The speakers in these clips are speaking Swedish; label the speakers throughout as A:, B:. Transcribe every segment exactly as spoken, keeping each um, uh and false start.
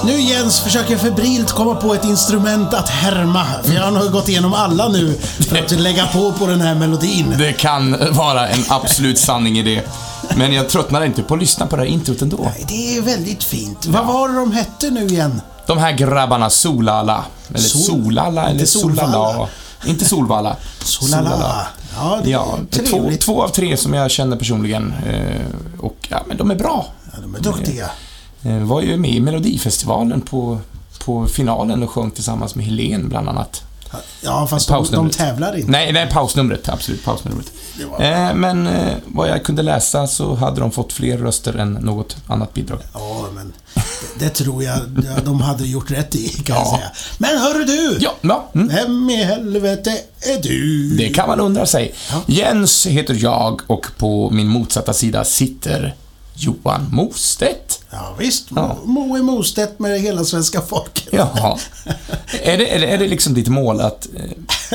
A: Nu Jens försöker febrilt komma på ett instrument att härma. För jag har nog gått igenom alla nu för att lägga på på den här melodin.
B: Det kan vara en absolut sanning i det. Men jag tröttnar inte på att lyssna på det här introt ändå.
A: Nej, det är väldigt fint. Ja. Vad var det de hette nu igen?
B: De här grabbarna, Solala. Eller Sol... Solala, eller Solala. Inte Solvalla.
A: Solala. Solala.
B: Ja, det ja två, två av tre som jag känner personligen. Och ja, men de är bra.
A: Ja, de är duktiga.
B: Jag var ju med i Melodifestivalen på, på finalen och sjöng tillsammans med Helene bland annat.
A: Ja, fast de, de tävlar inte.
B: Nej, nej, pausnumret, absolut, pausnumret. Eh, men eh, vad jag kunde läsa så hade de fått fler röster än något annat bidrag.
A: Ja, men det, det tror jag de hade gjort rätt i, kan ja. jag säga. Men hörru du!
B: Ja, ja. Mm.
A: Vem i helvete är du?
B: Det kan man undra sig. Ja. Jens heter jag och på min motsatta sida sitter Johan Mostedt.
A: Ja visst, ja. Moe Mostedt med hela svenska folket.
B: Ja. Är det, är det, är det liksom ditt mål att eh,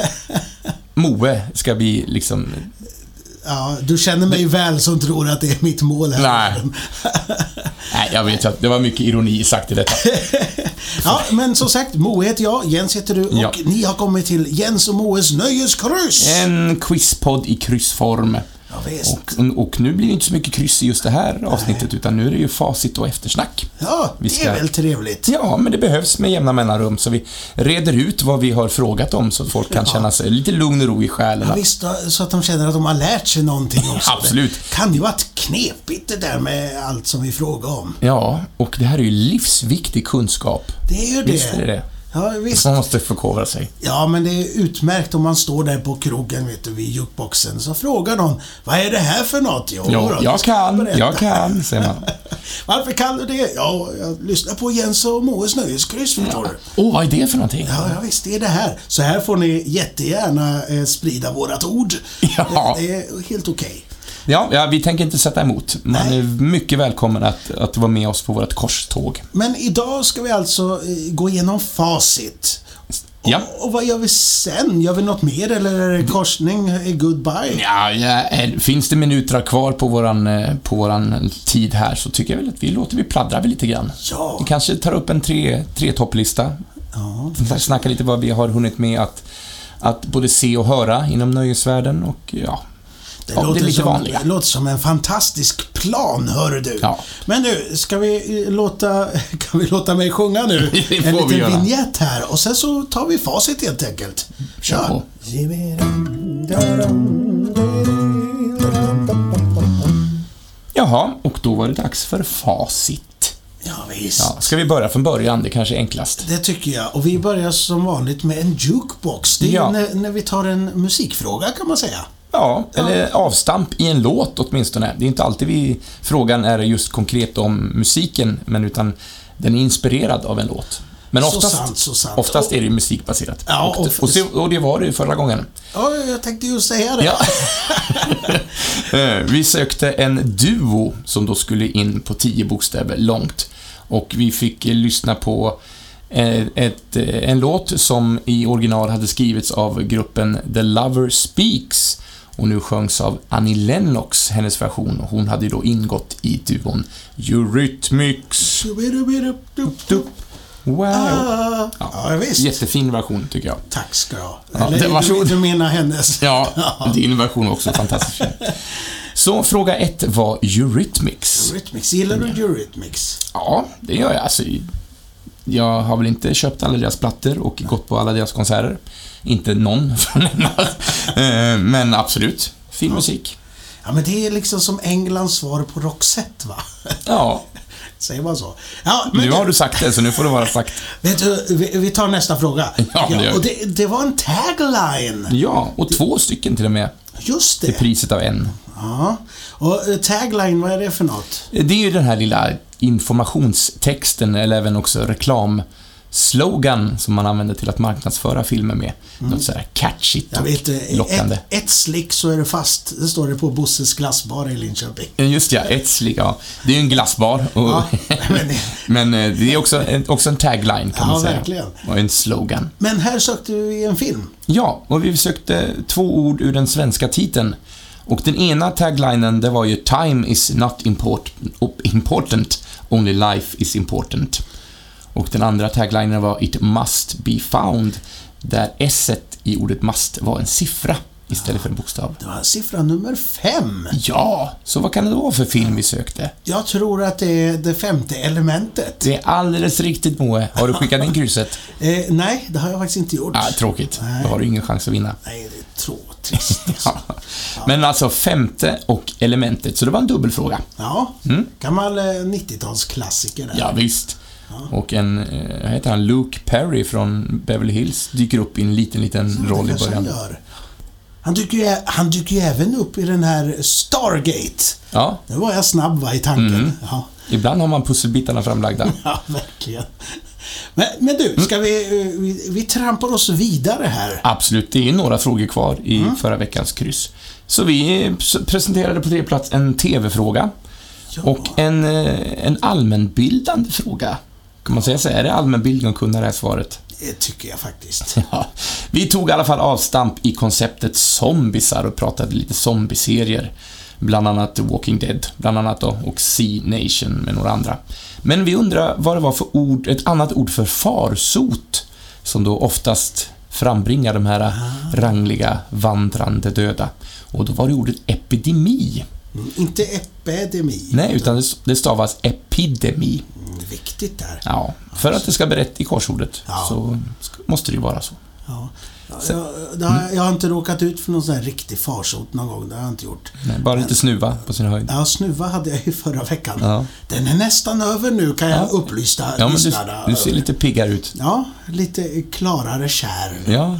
B: Moe ska bli liksom...
A: Ja, du känner mig väl som tror att det är mitt mål här.
B: Nej. Nej, jag vet att det var mycket ironi sagt i detta.
A: Ja, men som sagt, Moe heter jag, Jens heter du och ja. ni har kommit till Jens och Moes nöjeskryss.
B: En quizpodd i kryssform.
A: Ja, visst.
B: Och, och nu blir det inte så mycket kryss i just det här avsnittet. Nej. Utan nu är det ju facit och eftersnack.
A: Ja, vi ska... det är väl trevligt.
B: Ja, men det behövs med jämna mellanrum. Så vi reder ut vad vi har frågat om så att folk kan ja. känna sig lite lugn och ro i själen.
A: Ja, visst, så att de känner att de har lärt sig någonting också.
B: Absolut.
A: Det kan ju vara knepigt det där med allt som vi frågar om.
B: Ja, och det här är ju livsviktig kunskap.
A: Det är ju det.
B: Visst är det.
A: Ja, visst.
B: Man måste förkovra sig.
A: Ja, men det är utmärkt om man står där på krogen, vet du, vid jukeboxen. Så frågar någon, vad är det här för något? Jo,
B: jo
A: då,
B: jag kan, jag kan, säger man.
A: Varför kan du det? Ja, jag lyssnar på Jens och Moes nöjeskryss, förstår du.
B: Åh, oh, vad är det för någonting?
A: Ja, ja, visst, det är det här. Så här får ni jättegärna eh, sprida vårat ord.
B: Ja.
A: Det, det är helt okej. Okay.
B: Ja, ja, vi tänker inte sätta emot. Man Nej. är mycket välkommen att, att vara med oss på vårt korståg.
A: Men idag ska vi alltså eh, gå igenom facit.
B: Ja.
A: Och, och vad gör vi sen? Gör vi något mer eller är det korsning? Är goodbye?
B: Ja, ja, finns det minuter kvar på våran, på våran tid här så tycker jag väl att vi låter vi pladdra vi lite grann.
A: Ja.
B: Vi kanske tar upp en tre, tre topplista.
A: Ja.
B: Snacka lite vad vi har hunnit med att, att både se och höra inom nöjesvärlden och ja...
A: Det,
B: ja,
A: låter
B: det, är lite
A: som, det låter som en fantastisk plan, hör du.
B: Ja.
A: Men nu, ska vi låta, kan vi låta mig sjunga nu? En liten vignett här. Och sen så tar vi facit helt enkelt.
B: Ja. Jaha, och då var det dags för facit.
A: Ja, visst.
B: Ja, ska vi börja från början? Det kanske är enklast.
A: Det tycker jag. Och vi börjar som vanligt med en jukebox. Det är ja. när, när vi tar en musikfråga, kan man säga.
B: Ja, eller avstamp i en låt åtminstone. Det är inte alltid vi frågan är just konkret om musiken, men utan den är inspirerad av en låt. Men oftast,
A: så sant, så sant.
B: oftast är det musikbaserat.
A: Ja,
B: och, och, så, och det var det ju förra gången.
A: Ja, jag tänkte ju säga det.
B: Ja. Vi sökte en duo som då skulle in på tio bokstäver långt. Och vi fick lyssna på ett, en låt som i original hade skrivits av gruppen The Lover Speaks och nu sjöngs av Annie Lennox, hennes version, och hon hade ju då ingått i duon Eurythmics. Wow.
A: Ah, ja, ja, visst.
B: Jättefin version tycker jag.
A: Tack ska jag.
B: Ja,
A: Eller, du, du menar hennes.
B: Ja, din version också fantastiskt fin. Så fråga ett var Eurythmics.
A: Eurythmics, gillar du Eurythmics?
B: Ja, det gör jag. Alltså, jag har väl inte köpt alla deras plattor och gått på alla deras konserter. Inte någon från denna. Men absolut, fin ja. musik.
A: Ja, men det är liksom som Englands svar på Roxette, va?
B: Ja.
A: Säger man så? Ja, men
B: nu har du sagt det, så nu får det vara sagt.
A: Vet du, vi, vi tar nästa fråga.
B: Ja, det,
A: och det, det var en tagline.
B: Ja, och det, två stycken till och med.
A: Just det.
B: Till priset av en.
A: Ja. Och tagline, vad är det för något?
B: Det är ju den här lilla informationstexten, eller även också reklam slogan som man använder till att marknadsföra filmer med. Mm. Något så här catchigt och vet, lockande.
A: Ett, ett slick så är det fast. Det står det på Bosses glassbar i Linköping.
B: Just ja, ett slick, ja. Det är ju en glassbar. Och
A: ja, men, det...
B: men det är också en, också en tagline, kan
A: ja,
B: man säga.
A: Verkligen.
B: Och en slogan.
A: Men här sökte vi en film.
B: Ja, och vi sökte två ord ur den svenska titeln. Och den ena taglinen, det var ju Time is not import, important, only life is important. Och den andra taglinen var It must be found, där S-et i ordet must var en siffra istället för en bokstav.
A: Det var siffra nummer fem.
B: Ja, så vad kan det då vara för film vi sökte?
A: Jag tror att det är det femte elementet.
B: Det är alldeles riktigt, Moe. Har du skickat in krysset?
A: eh, nej, det har jag faktiskt inte gjort.
B: Ah, tråkigt.
A: Nej.
B: Då har du ingen chans att vinna.
A: Nej, det är tråkigt. Alltså.
B: Ja. Men alltså femte och elementet, så det var en dubbelfråga.
A: Ja,
B: Mm.
A: gammal eh, nittiotalsklassiker där.
B: Ja, visst. Och en, eh, vad heter han, Luke Perry från Beverly Hills dyker upp i en liten, liten
A: Ja,
B: roll i
A: det kanske
B: början.
A: Han, gör. han, dyker ju, han dyker ju även upp i den här Stargate.
B: Ja,
A: Nu var jag snabb va, i tanken.
B: Mm.
A: Ja.
B: ibland har man pusselbitarna framlagda.
A: Ja, verkligen. Men, men du, ska vi, eh, vi... Vi trampar oss vidare här.
B: Absolut, det är några frågor kvar i
A: Mm.
B: förra veckans kryss. Så vi presenterade på tredje plats en tv-fråga.
A: Ja.
B: Och en, eh, en allmänbildande fråga. Kan man säga så? Är det allmänbildning att kunna det här svaret?
A: Det tycker jag faktiskt.
B: Ja. Vi tog i alla fall avstamp i konceptet zombisar och pratade lite zombieserier. Bland annat The Walking Dead, bland annat då, och Sea Nation med några andra. Men vi undrar vad det var för ord, ett annat ord för farsot, som då oftast frambringar de här rangliga, vandrande döda. Och då var det ordet epidemi.
A: Mm, inte epidemi.
B: Nej, utan det, det stavas epidemi.
A: Mm, viktigt där.
B: Ja, för att det ska bli rätt i korsordet,
A: Ja.
B: så ska, måste det ju vara så.
A: Ja. Jag, jag, har, jag har inte råkat ut för någon sån här riktig farsot någon gång. Det har jag inte gjort.
B: Nej, bara lite snuva på sin höjd.
A: Ja, snuva hade jag ju förra veckan.
B: Ja.
A: Den är nästan över nu, kan jag
B: Ja.
A: upplysa
B: Ja, men du,
A: lyssnarna.
B: du ser lite piggare ut.
A: Ja, lite klarare kärl.
B: Ja,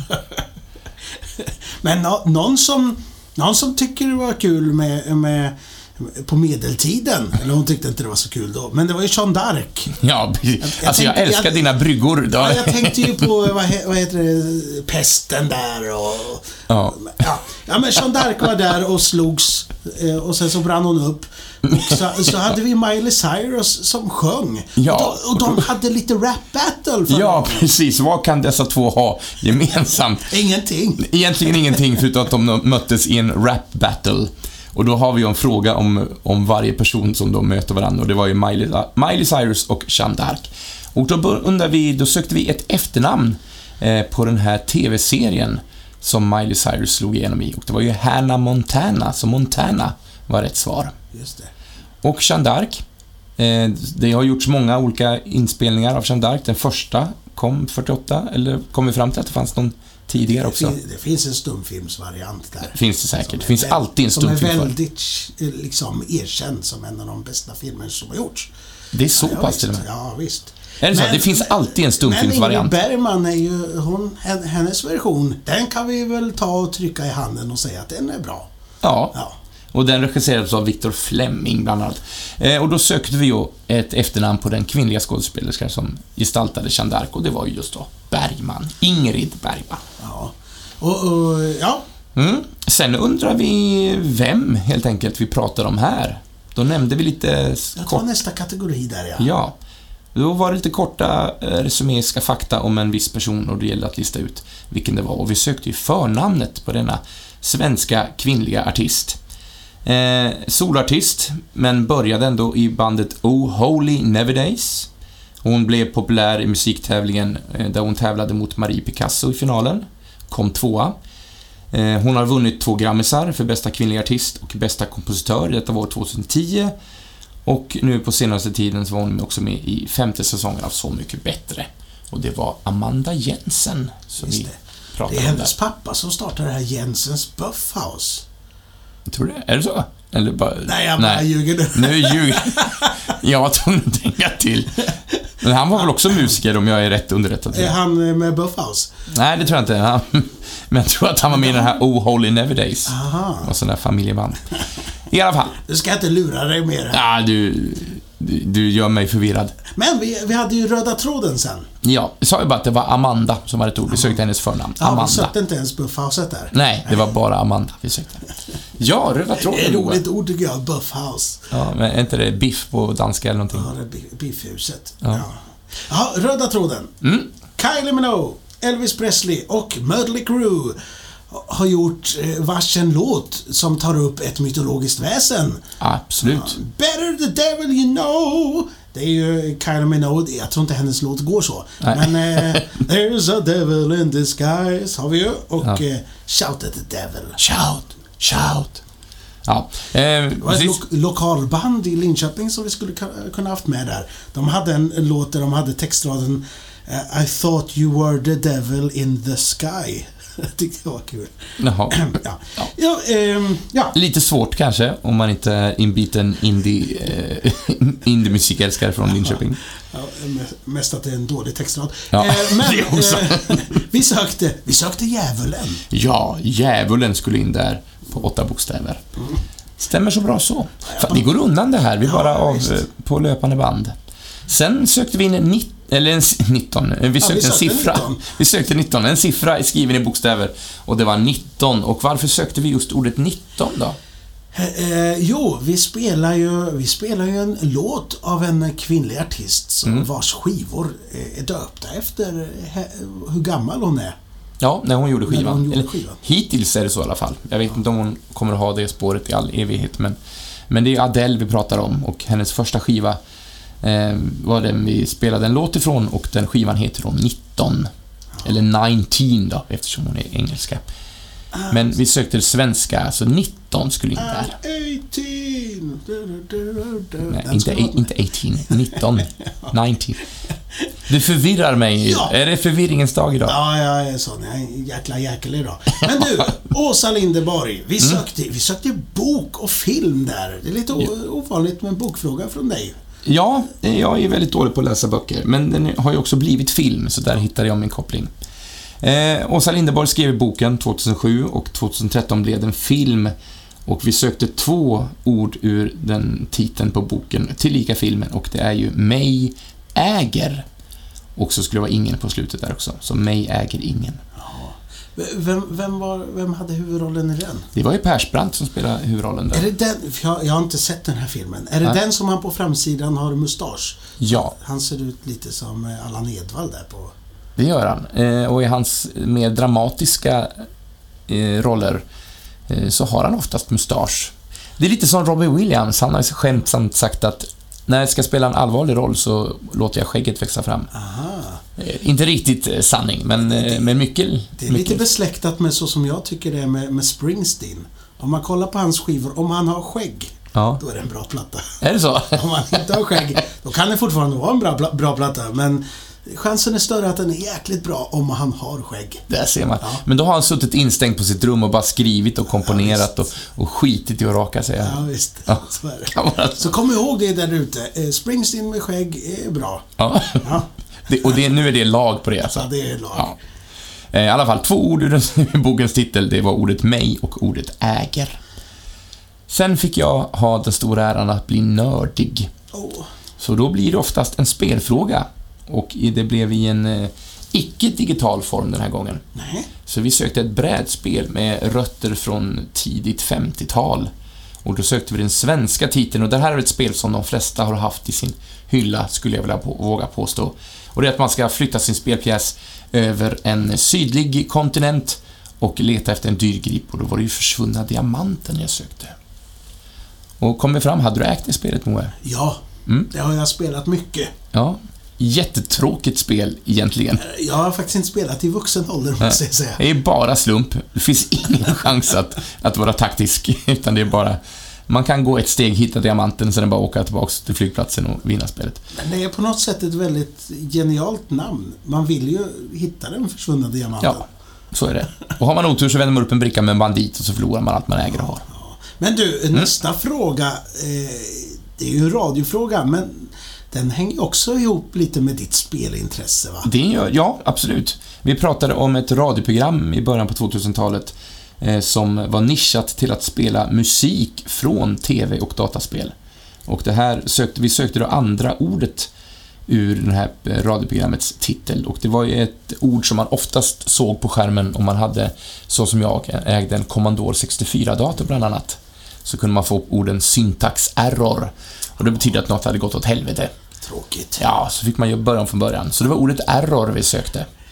A: Men nå, någon som någon som tycker det var kul med, med på medeltiden, eller hon tyckte inte det var så kul då, men det var ju Jeanne d'Arc.
B: ja
A: jag
B: alltså jag
A: tänkte-
B: älskar
A: jag-
B: dina bryggor.
A: Ja, jag tänkte ju på, vad, he, vad heter det, pesten där och...
B: Ja.
A: Ja, ja men Jeanne d'Arc var där och slogs eh, och sen så brann hon upp. Och så, så hade vi Miley Cyrus som sjöng.
B: Ja.
A: Och, de, och de hade lite rap battle för
B: Ja,
A: dem.
B: precis. Vad kan dessa två ha gemensamt?
A: Ingenting.
B: Egentligen ingenting, förutom att de möttes i en rap battle. Och då har vi ju en fråga om, om varje person som de möter varandra. Och det var ju Miley, Miley Cyrus och Jeanne d'Arc. Och då undrar vi, då sökte vi ett efternamn eh, på den här tv-serien som Miley Cyrus slog igenom i. Och det var ju Hannah Montana, så Montana var rätt svar.
A: Just det.
B: Och Jeanne d'Arc, eh, det har gjorts många olika inspelningar av Jeanne d'Arc. Den första kom fyrtioåtta, eller kom vi fram till att det fanns någon tidigare
A: Det,
B: också?
A: fin, det finns en stumfilmsvariant där.
B: Finns det säkert.
A: Som
B: Det
A: är
B: finns
A: väl-
B: alltid en
A: Som är
B: stumfilm för.
A: väldigt eh, liksom erkänd som en av de bästa filmer som har gjorts.
B: Det är så
A: Ja,
B: pass
A: visst.
B: till och med.
A: Ja, visst.
B: Är det så? Det finns alltid en stumfilmsvariant.
A: Men Ingrid Bergman är ju, hon, hennes version, den kan vi väl ta och trycka i handen och säga att den är bra.
B: Ja.
A: Ja.
B: Och den regisserades av Victor Fleming bland annat. Eh, och då sökte vi ju ett efternamn på den kvinnliga skådespelerskan som gestaltade Jeanne d'Arc, och det var ju just då Bergman. Ingrid Bergman.
A: Ja. Och, och ja,
B: Mm. Sen undrar vi vem helt enkelt vi pratar om här. Då nämnde vi lite
A: jag tar
B: kort.
A: nästa kategori där, ja.
B: Ja. Då var det lite korta eh, resuméiska fakta om en viss person, och det gällde att lista ut vilken det var. Och vi sökte ju förnamnet på denna svenska kvinnliga artist. Eh, solartist, men började ändå i bandet Oh Holy Never Days. Hon blev populär i musiktävlingen eh, där hon tävlade mot Marie Picasso i finalen. Kom tvåa. Eh, hon har vunnit två Grammisar för bästa kvinnliga artist och bästa kompositör. Detta var tjugohundratio. Och nu på senaste tiden så var hon också med i femte säsongen av Så mycket bättre. Och det var Amanda Jensen som
A: Just
B: vi
A: det.
B: pratade
A: Det är
B: om där.
A: hennes pappa som startade det här Jensens Buffhouse.
B: Tror du det? Är det så? Eller bara...
A: Nej, jag bara ljuger nu.
B: Nu ljuger jag. var tvungen att tänka till. Men han var väl också musiker om jag är rätt underrättad.
A: Är han med Buffhouse?
B: Nej, det tror jag inte. Han, men jag tror att han var med i den här Oh Holy Never Days.
A: Aha.
B: Och sån där familjeband. I alla fall.
A: Du ska inte lura dig mer här.
B: Ja, du, du, du gör mig förvirrad.
A: Men vi, vi hade ju röda tråden sen.
B: Ja, jag sa ju bara att det var Amanda som var ett ord. Vi sökte hennes förnamn.
A: Ja, vi
B: Amanda.
A: sökte inte ens Buffhouset där.
B: Nej, det var bara Amanda vi sökte. Ja, röda
A: Det
B: tråden.
A: är ett
B: Loa.
A: roligt ord tycker jag, Buffhouse.
B: Ja, men är inte det biff på danska eller någonting?
A: Ja, det är bi- biffhuset.
B: Ja.
A: Ja. Ja, röda tråden.
B: Mm.
A: Kylie Minogue, Elvis Presley och Mötley Crüe har gjort eh, varsin låt som tar upp ett mytologiskt väsen.
B: Absolut.
A: Better the devil you know. Det är ju Kylie Minogue. Jag tror inte hennes låt går så. Nej. Men eh, There's a devil in disguise har vi ju. Och ja. eh, Shout at the devil.
B: Shout, shout. Ja. Eh,
A: det var ett lo- lokalband i Linköping som vi skulle kunna haft med där. De hade en, en låt där de hade textraden I thought you were the devil in the sky. Jag tyckte det var kul.
B: Jaha.
A: Ja. Ja, ehm, ja.
B: Lite svårt kanske om man inte är inbiten indie, eh, indie-musikälskare från Linköping.
A: Ja, mest att det är en dålig textrad.
B: Ja,
A: eh, men
B: det också.
A: Eh, vi sökte vi sökte djävulen.
B: Ja, djävulen skulle in där på åtta bokstäver. Mm. Stämmer så bra så. Ja. Vi går undan det här, vi ja, bara av visst. på löpande band. Sen sökte vi in en nitton eller en nitton. Vi sökte, ja, vi sökte en siffra. nitton. Vi sökte nitton, en siffra skriven i bokstäver och det var nitton. Och varför sökte vi just ordet nitton då?
A: Eh, jo, vi spelar ju vi spelar ju en låt av en kvinnlig artist som mm. vars skivor är döpta efter he, hur gammal hon är.
B: Ja, när hon gjorde skivan.
A: Hon gjorde skivan.
B: Eller, hittills är det så i alla fall. Jag vet inte om hon kommer att ha det spåret i all evighet, men men det är Adele vi pratar om och hennes första skiva Eh, var den vi spelade en låt ifrån och den skivan heter då nitton ja. Eller nitton då, eftersom hon är engelska. ah, men vi sökte det svenska, alltså nitton skulle in där.
A: arton
B: Nej, inte, a- inte arton, nitton nitton. Du förvirrar mig. Ja. Är det förvirringens dag idag?
A: Ja, jag är sån. Jag är en jäkla jäkel idag. Men du, Åsa Linderborg, vi sökte, mm. vi sökte bok och film där. Det är lite o- ovanligt med en bokfråga från dig.
B: Ja, jag är väldigt dålig på att läsa böcker, men den har ju också blivit film, så där hittade jag min koppling. Eh, Åsa Linderborg skrev boken tjugohundrasju och tjugotretton blev den film och vi sökte två ord ur den titeln på boken till lika filmen och det är ju Mig äger och så skulle det vara ingen på slutet där också, så Mig äger ingen.
A: Vem, vem, var, vem hade huvudrollen i den?
B: Det var ju Persbrandt som spelade huvudrollen där.
A: Är det den? Jag, jag har inte sett den här filmen. Är det Nej. den som han på framsidan har mustasch?
B: Ja.
A: Han ser ut lite som Allan Edwall där på...
B: Det gör han. Eh, och i hans mer dramatiska eh, roller eh, så har han oftast mustasch. Det är lite som Robbie Williams. Han har skämtsamt sagt att när jag ska spela en allvarlig roll så låter jag skägget växa fram.
A: Aha.
B: Eh, inte riktigt eh, sanning, men, eh, men mycket.
A: Det är
B: mycket.
A: lite besläktat med så som jag tycker det är med, med Springsteen. Om man kollar på hans skivor, om han har skägg, ja. då är det en bra platta.
B: Är det så?
A: Om han inte har skägg, då kan det fortfarande vara en bra, bra platta, men chansen är större att den är jäkligt bra om han har skägg.
B: Där ser man. Ja. Men då har han suttit instängt på sitt rum och bara skrivit och komponerat ja, och, och skitit i att raka sig.
A: Ja, visst. Ja. Så, är det. Så kom ihåg det där ute. Springsteen med skägg är bra.
B: Ja. Ja. Det, och det, nu är det lag på det alltså.
A: Ja, det är lag.
B: Ja. I alla fall, två ord ur bokens titel. Det var ordet mig och ordet äger. Sen fick jag ha den stora äran att bli nördig.
A: Oh.
B: Så då blir det oftast en spelfråga. Och det blev i en eh, icke-digital form den här gången.
A: Nej.
B: Så vi sökte ett brädspel med rötter från tidigt femtiotal. Och då sökte vi den svenska titeln. Och det här är ett spel som de flesta har haft i sin hylla, skulle jag vilja på, våga påstå. Och det är att man ska flytta sin spelpjäs över en sydlig kontinent och leta efter en dyrgrip. Och då var det ju försvunna diamanten jag sökte. Och kom vi fram, hade du ägt det spelet, Moe?
A: Ja, mm. det har jag spelat mycket.
B: Ja, jättetråkigt spel egentligen.
A: Jag har faktiskt inte spelat i vuxen ålder, måste jag säga.
B: Det är bara slump. Det finns ingen chans att, att vara taktisk, utan det är bara... Man kan gå ett steg, hitta diamanten, sen bara åka tillbaka till flygplatsen och vinna spelet.
A: Men det är på något sätt ett väldigt genialt namn. Man vill ju hitta den försvunna diamanten.
B: Ja, så är det. Och har man otur så vänder man upp en bricka med en bandit och så förlorar man allt man äger och har. Ja.
A: Men du, nästa mm. fråga, eh, det är ju en radiofråga, men den hänger också ihop lite med ditt spelintresse, va?
B: Det gör, ja, absolut. Vi pratade om ett radioprogram i början på tvåtusentalet eh, som var nischat till att spela musik från tv och dataspel. Och det här sökte, vi sökte då andra ordet ur det här radioprogrammets titel. Och det var ju ett ord som man oftast såg på skärmen om man hade, så som jag, ägde en Commodore sextiofyra-dator bland annat. Så kunde man få orden syntax error. Och det betyder att något hade gått åt helvete.
A: Tråkigt.
B: Ja, så fick man ju börja från början. Så det var ordet error vi sökte.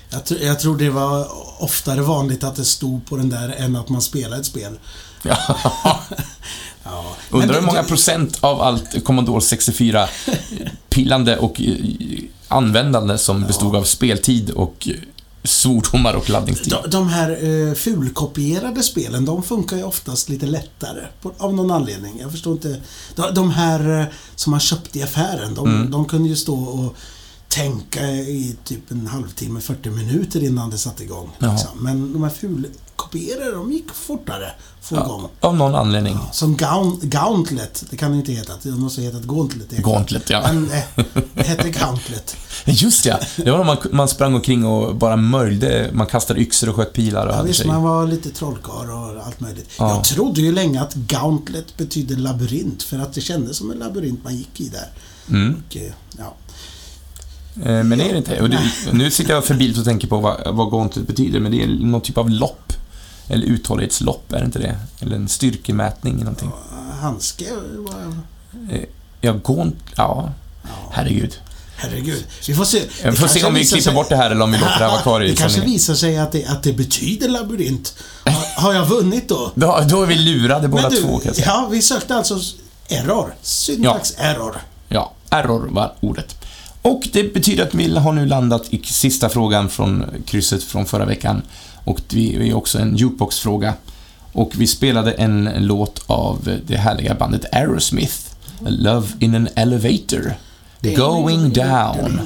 A: Jag, tr- jag tror det var oftare vanligt att det stod på den där än att man spelade ett spel.
B: Ja.
A: Ja.
B: Undrar
A: Men
B: hur många
A: det-
B: procent av allt Commodore sextiofyra pillande och eh, användande som bestod av speltid och eh, svordomar och laddningstid.
A: De, de här eh, fulkopierade spelen, de funkar ju oftast lite lättare på, av någon anledning. Jag förstår inte. De, de här eh, som man köpte i affären, de,
B: Mm.
A: de kunde ju stå och tänka i typ en halvtimme, fyrtio minuter innan det satte igång.
B: Ja.
A: Liksom. Men de här fulkopierade, de gick fortare få
B: Ja,
A: igång.
B: av någon anledning.
A: Ja, som Gaunt, Gauntlet, det kan det inte heta. Det måste heta ett Gauntlet.
B: Gauntlet, ja.
A: Men eh, det hette Gauntlet.
B: Just ja, det var när man, man sprang omkring och bara möjde, man kastade yxor och sköt pilar och
A: Ja,
B: hade
A: visst,
B: sig.
A: man var lite trollkarl och allt möjligt.
B: Ja.
A: Jag trodde ju länge att Gauntlet betydde labyrint, för att det kändes som en labyrint man gick i där.
B: Mm.
A: Och, eh, ja.
B: Eh, Men det är det inte. Och det, nu sitter jag förbi och tänker på vad, vad Gauntlet betyder, men det är någon typ av lopp. Eller uthållighetslopp, är det inte det? Eller en styrkemätning eller någonting.
A: Handske var...
B: Eh, Ja, Gaunt... Ja,
A: Ja,
B: herregud.
A: herregud. Vi får se.
B: Vi
A: Det
B: får se
A: kanske
B: om vi
A: visar
B: klipper
A: sig-
B: bort det här eller om vi låter det här vara kvar i
A: Det kanske
B: sändningen.
A: visar sig att det, att det betyder labyrint. Har, har jag vunnit då?
B: Då, då är vi lurade båda
A: Men du,
B: två, kan jag säga.
A: ja, vi sökte alltså error. Syntax error.
B: Ja, error var ordet. Och det betyder att vi har nu landat i sista frågan från krysset från förra veckan. Och det är också en jukebox-fråga. Och vi spelade en låt av det härliga bandet Aerosmith. Love in an elevator. Going down.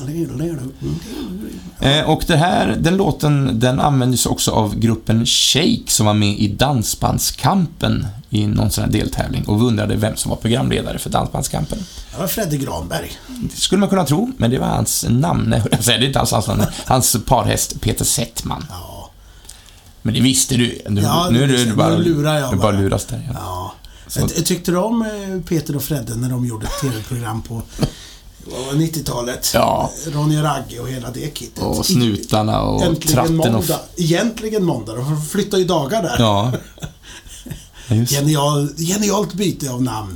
B: Eh, och det här, den låten, den användes också av gruppen Shake som var med i Dansbandskampen i någon sån här deltävling och undrade vem som var programledare för Dansbandskampen.
A: Det var Freddy Granberg.
B: Det skulle man kunna tro, men det var hans namn. Jag säger det är inte alls hans namn. Hans parhäst Peter Settman.
A: Ja.
B: Men det visste du. Nu,
A: Ja,
B: nu,
A: det
B: är
A: visste
B: du
A: jag.
B: bara,
A: Nu lurar jag
B: du bara
A: bara.
B: luras där. Ja.
A: Ja.
B: Så-
A: Jag, jag tyckte du om eh, Peter och Fredde när de gjorde ett tv-program på vad var det, nittiotalet?
B: Ja.
A: Ronny Ragge och hela det kittet.
B: Och snutarna och
A: Äntligen
B: tratten och...
A: måndag. Egentligen måndag. De flyttar ju dagar där.
B: Ja. Ja, just.
A: Genial, genialt byte av namn.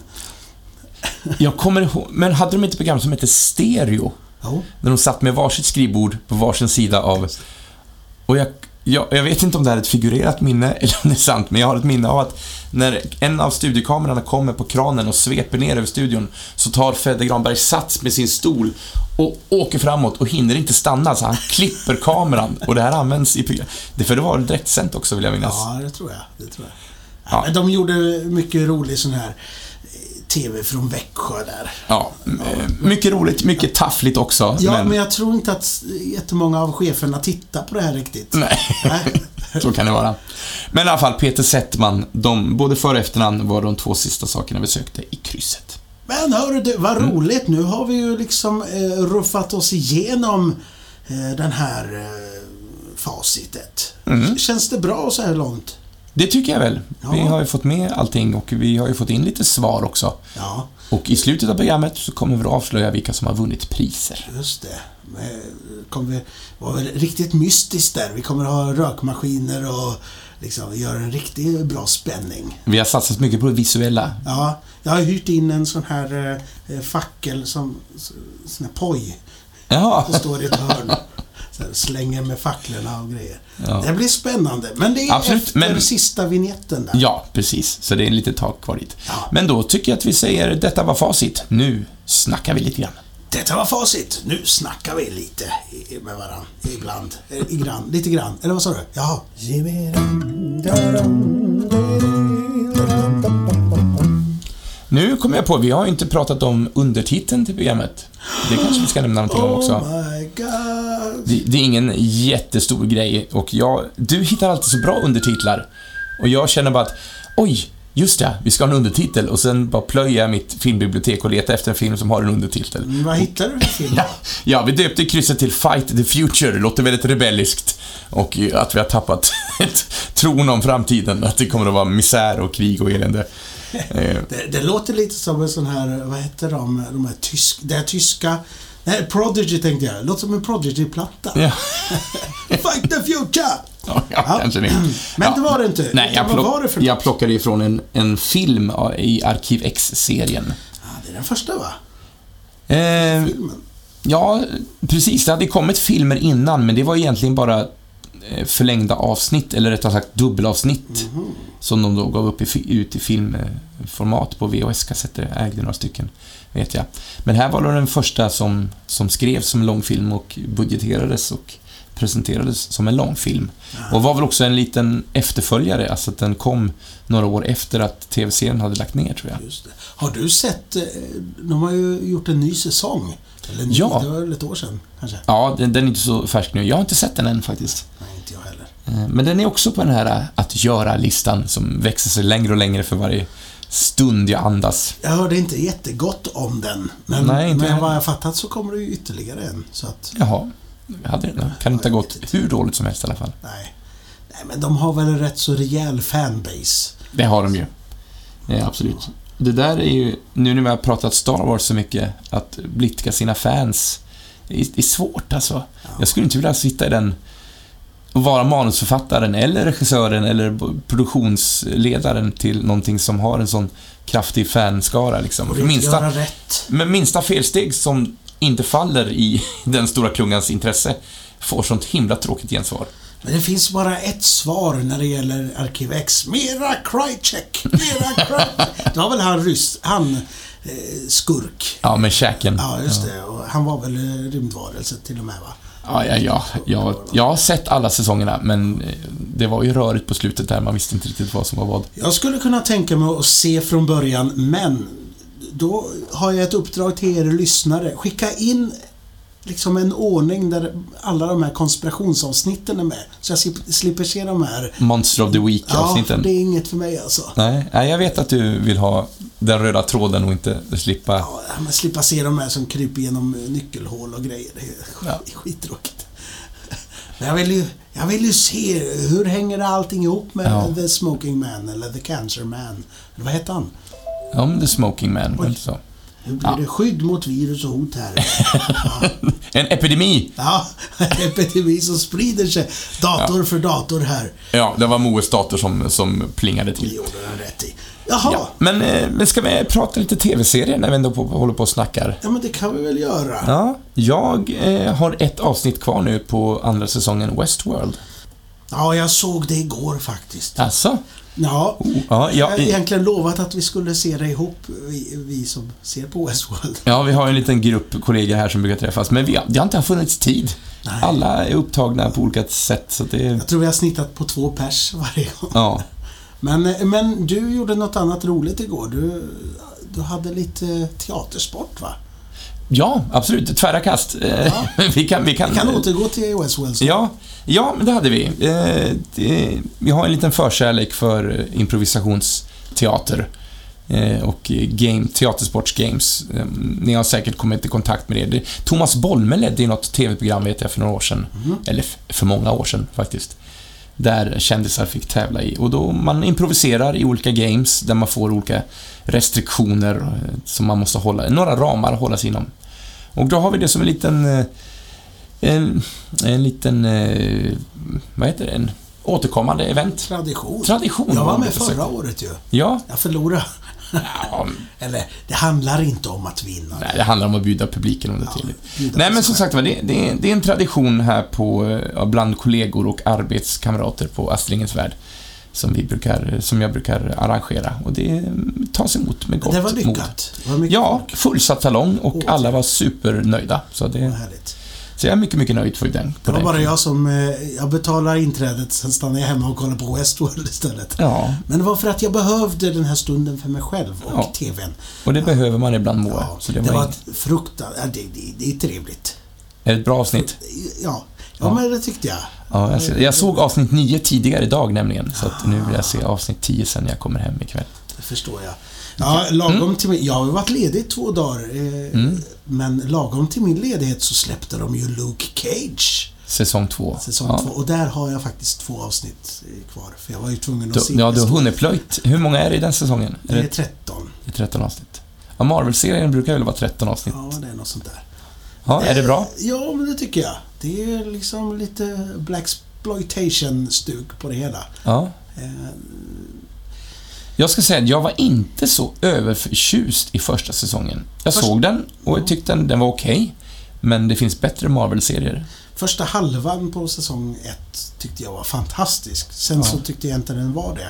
B: Jag kommer ihåg, men hade de inte ett program som hette Stereo?
A: Jo.
B: När de satt med varsitt skrivbord på varsin sida av... Och jag, jag, jag vet inte om det här är ett figurerat minne eller om det är sant, men jag har ett minne av att när en av studiokamerorna kommer på kranen och sveper ner över studion så tar Fredde Granberg sats med sin stol och åker framåt och hinner inte stanna, så han klipper kameran och det här används i program. Det för det var direktsänt också, vill jag minnas.
A: Ja, det tror jag. Det tror jag.
B: Ja.
A: Men de gjorde mycket rolig sån här eh, tv från Växjö där.
B: Ja, eh, mycket roligt, mycket taffligt också.
A: Ja, men...
B: men
A: jag tror inte att jättemånga av cheferna tittar på det här riktigt.
B: nej.
A: Nej.
B: Så kan det vara. Men i alla fall, Peter Settman, de, både för och efternamn var de två sista sakerna vi sökte i krysset.
A: Men hörru du, vad
B: Mm.
A: roligt. Nu har vi ju liksom eh, ruffat oss igenom eh, den här eh, facitet.
B: Mm.
A: Känns det bra så här långt?
B: Det tycker jag väl.
A: Ja.
B: Vi har ju fått med allting och vi har ju fått in lite svar också.
A: Ja,
B: Och i slutet av programmet så kommer vi att avslöja vilka som har vunnit priser.
A: just det. Men, kommer vi vara riktigt mystiskt där. Vi kommer ha rökmaskiner och liksom göra en riktigt bra spänning.
B: Vi har satsat mycket på det visuella.
A: Ja, jag har hyrt in en sån här eh, fackel som sån här poj.
B: Ja,
A: Det står i ett hörn. Så här, slänger med facklorna och grejer.
B: ja.
A: Det blir spännande. Men det är
B: Absolut,
A: efter
B: men-
A: sista vignetten där.
B: Ja, precis. Så det är lite tag kvar dit.
A: Ja.
B: Men då tycker jag att vi säger detta var facit. Nu snackar vi lite grann.
A: Detta var facit. Nu snackar vi lite i- med varandra. Ibland. Eh, I grann. Lite grann. Eller vad sa du? Ja.
B: Nu kommer jag på, vi har ju inte pratat om undertiteln till programmet. Det kanske vi ska nämna någonting om också.
A: Oh my god.
B: Det, det är ingen jättestor grej och jag, du hittar alltid så bra undertitlar och jag känner bara att oj, just det, vi ska ha en undertitel och sen bara plöjer jag mitt filmbibliotek och letar efter en film som har en undertitel.
A: Men vad hittar du för film?
B: Ja, ja, vi döpte krysset till Fight the Future, det låter väldigt rebelliskt och att vi har tappat ett tron om framtiden, att det kommer att vara misär och krig och elände. Eh,
A: Det, det låter lite som en sån här, vad heter de, de här tysk, det här tyska, nej, Prodigy tänkte jag, låter som en Prodigy-platta.
B: ja,
A: Fight the future!
B: ja, ja, kanske det.
A: Men
B: Ja.
A: det var det inte.
B: Nej, jag,
A: Vad
B: plock,
A: var det för något?
B: jag plockade ifrån en, en film i Arkiv X-serien.
A: Ja, det är den första va?
B: Eh,
A: Filmen.
B: Ja, precis. Det hade kommit filmer innan, men det var egentligen bara förlängda avsnitt, eller rättare sagt dubbelavsnitt, mm-hmm. som de då gav upp i, ut i filmformat på V H S-kassetter. Ägde några stycken, vet jag. Men här var det den första som, som skrevs som långfilm och budgeterades och presenterades som en långfilm. Mm. Och var väl också en liten efterföljare, alltså att den kom några år efter att tv-serien hade lagt ner, tror jag.
A: Just det. Har du sett, de har ju gjort en ny säsong. Eller ny,
B: ja.
A: Det var ett år sedan, kanske.
B: Ja, den, den är inte så färsk nu. Jag har inte sett den än faktiskt.
A: Nej, inte jag heller.
B: Men den är också på den här att göra-listan som växer sig längre och längre för varje stund jag andas.
A: Jag hörde inte jättegott om den. Men,
B: Nej, inte
A: men vad jag fattat så kommer det ju ytterligare en. Så att,
B: Jaha, hade det, kan inte ha gått hur dåligt som helst i alla fall.
A: Nej. Nej, men de har väl en rätt så rejäl fanbase.
B: Det har de ju. Ja, absolut. Det där är ju, nu när vi har pratat Star Wars så mycket, att blidka sina fans, det är, det är svårt alltså. Ja. Jag skulle inte vilja sitta i den och vara manusförfattaren eller regissören eller produktionsledaren till någonting som har en sån kraftig fanskara liksom.
A: För minsta, rätt.
B: Men minsta felsteg som inte faller i den stora klungans intresse får sånt himla tråkigt gensvar.
A: Men det finns bara ett svar när det gäller Arkiv X. Mera Krychek! Mera Krychek! Det var väl han ryss, han eh, skurk.
B: Ja, med käken.
A: Ja, just det. Och han var väl eh, rymdvarelse till och med, va?
B: Ja, ja, ja. Jag, jag har sett alla säsongerna, men det var ju rörigt på slutet där. Man visste inte riktigt vad som var vad.
A: Jag skulle kunna tänka mig att se från början, men då har jag ett uppdrag till er lyssnare. Skicka in liksom en ordning där alla de här konspirationsavsnitten är med. Så jag slipper se de här
B: Monster of the Week-avsnitten.
A: Ja, det är inget för mig alltså.
B: Nej, jag vet att du vill ha den röda tråden och inte slippa...
A: Ja, men slippa se de här som kryper genom nyckelhål och grejer. Det är
B: ja.
A: skittråkigt. Men jag vill ju, jag vill ju se hur hänger allting ihop med ja. The Smoking Man eller The Cancer Man. Eller vad heter han?
B: Ja, men The Smoking Man, väl så.
A: Hur blir ja. det skydd mot virus och hot här? Ja.
B: En epidemi.
A: Ja, en epidemi som sprider sig. Dator ja. för dator här.
B: Ja, det var Moes dator som, som plingade till.
A: Det gjorde den rätt i. Jaha.
B: Ja, men, men ska vi prata lite tv-serier när vi ändå på, håller på och snackar?
A: Ja, men det kan vi väl göra.
B: Ja, jag eh, har ett avsnitt kvar nu på andra säsongen Westworld.
A: Ja, jag såg det igår faktiskt.
B: Alltså?
A: Ja,
B: oh, ja
A: jag har egentligen lovat att vi skulle se det ihop, vi, vi som ser på Westworld.
B: Ja, vi har en liten grupp kollegor här som brukar träffas, men vi har, det har inte funnits tid. Nej. Alla är upptagna på olika sätt. Så det...
A: Jag tror vi har snittat på två pers varje gång.
B: Ja.
A: Men, men du gjorde något annat roligt igår. Du, du hade lite teatersport, va?
B: Ja, absolut. Tvära kast. Ja. vi, kan, vi, kan,
A: vi kan återgå till Westworld.
B: Ja, ja, men det hade vi. Eh, det, vi har en liten förkärlek för improvisationsteater eh, och game, teatersportsgames. Eh, ni har säkert kommit i kontakt med det. Thomas Bolme ledde i något tv-program, vet jag, för några år sedan. Mm. Eller för många år sedan, faktiskt. Där kändisar fick tävla i. Och då man improviserar i olika games där man får olika restriktioner som man måste hålla, några ramar hålla sig inom. Och då har vi det som en liten en, en liten vad heter det? En återkommande event.
A: Tradition.
B: Tradition.
A: Jag var med förra året ju.
B: Ja.
A: Jag förlorade.
B: Ja. Eller,
A: det handlar inte om att vinna.
B: Nej, det handlar om att bjuda publiken om det ja, tydligt. Nej, men som sagt, det, det, är, det är en tradition här på, bland kollegor och arbetskamrater på Astringens värld som, vi brukar, som jag brukar arrangera. Och det tas emot med gott mod.
A: Det var lyckat. Det var mycket
B: ja, folk. Fullsatt salong och oh, alla var supernöjda. Så det,
A: härligt.
B: Så jag är mycket, mycket nöjd för den.
A: Det var bara jag som, jag betalar inträdet, sen stannar jag hemma och kollar på Westworld istället.
B: Ja.
A: Men det var för att jag behövde den här stunden för mig själv och
B: ja.
A: tvn.
B: Och det
A: ja.
B: behöver man ibland må.
A: Ja.
B: Så det
A: det
B: var,
A: var ett fruktan, ja, det, det, det är trevligt.
B: Är det ett bra avsnitt?
A: Ja, ja, ja. men det tyckte jag.
B: Ja, jag, ser, jag såg avsnitt nio tidigare idag nämligen, så att nu vill jag se avsnitt tio sen jag kommer hem ikväll.
A: Det förstår jag. Ja, lagom mm. till min, jag har varit ledig två dagar eh, mm. men lagom till min ledighet så släppte de ju Luke Cage
B: säsong två.
A: Säsong
B: ja.
A: två och där har jag faktiskt två avsnitt kvar för jag var ju tvungen att
B: du,
A: se.
B: Ja, du har hunnit plöjt. Hur många är det i den säsongen?
A: Det är tretton.
B: Det är tretton avsnitt. Ja, Marvel-serien brukar väl vara tretton avsnitt.
A: Ja, det är något sånt där.
B: Ja, är det bra?
A: Ja, men det tycker jag. Det är liksom lite blaxploitation-stug på det hela.
B: Ja.
A: Eh,
B: Jag ska säga att jag var inte så överförtjust i första säsongen. Jag Först... såg den och jag tyckte den, den var okej. Okay, Men det finns bättre Marvel-serier.
A: Första halvan på säsong ett tyckte jag var fantastisk. Sen
B: Ja.
A: så tyckte jag inte den var det.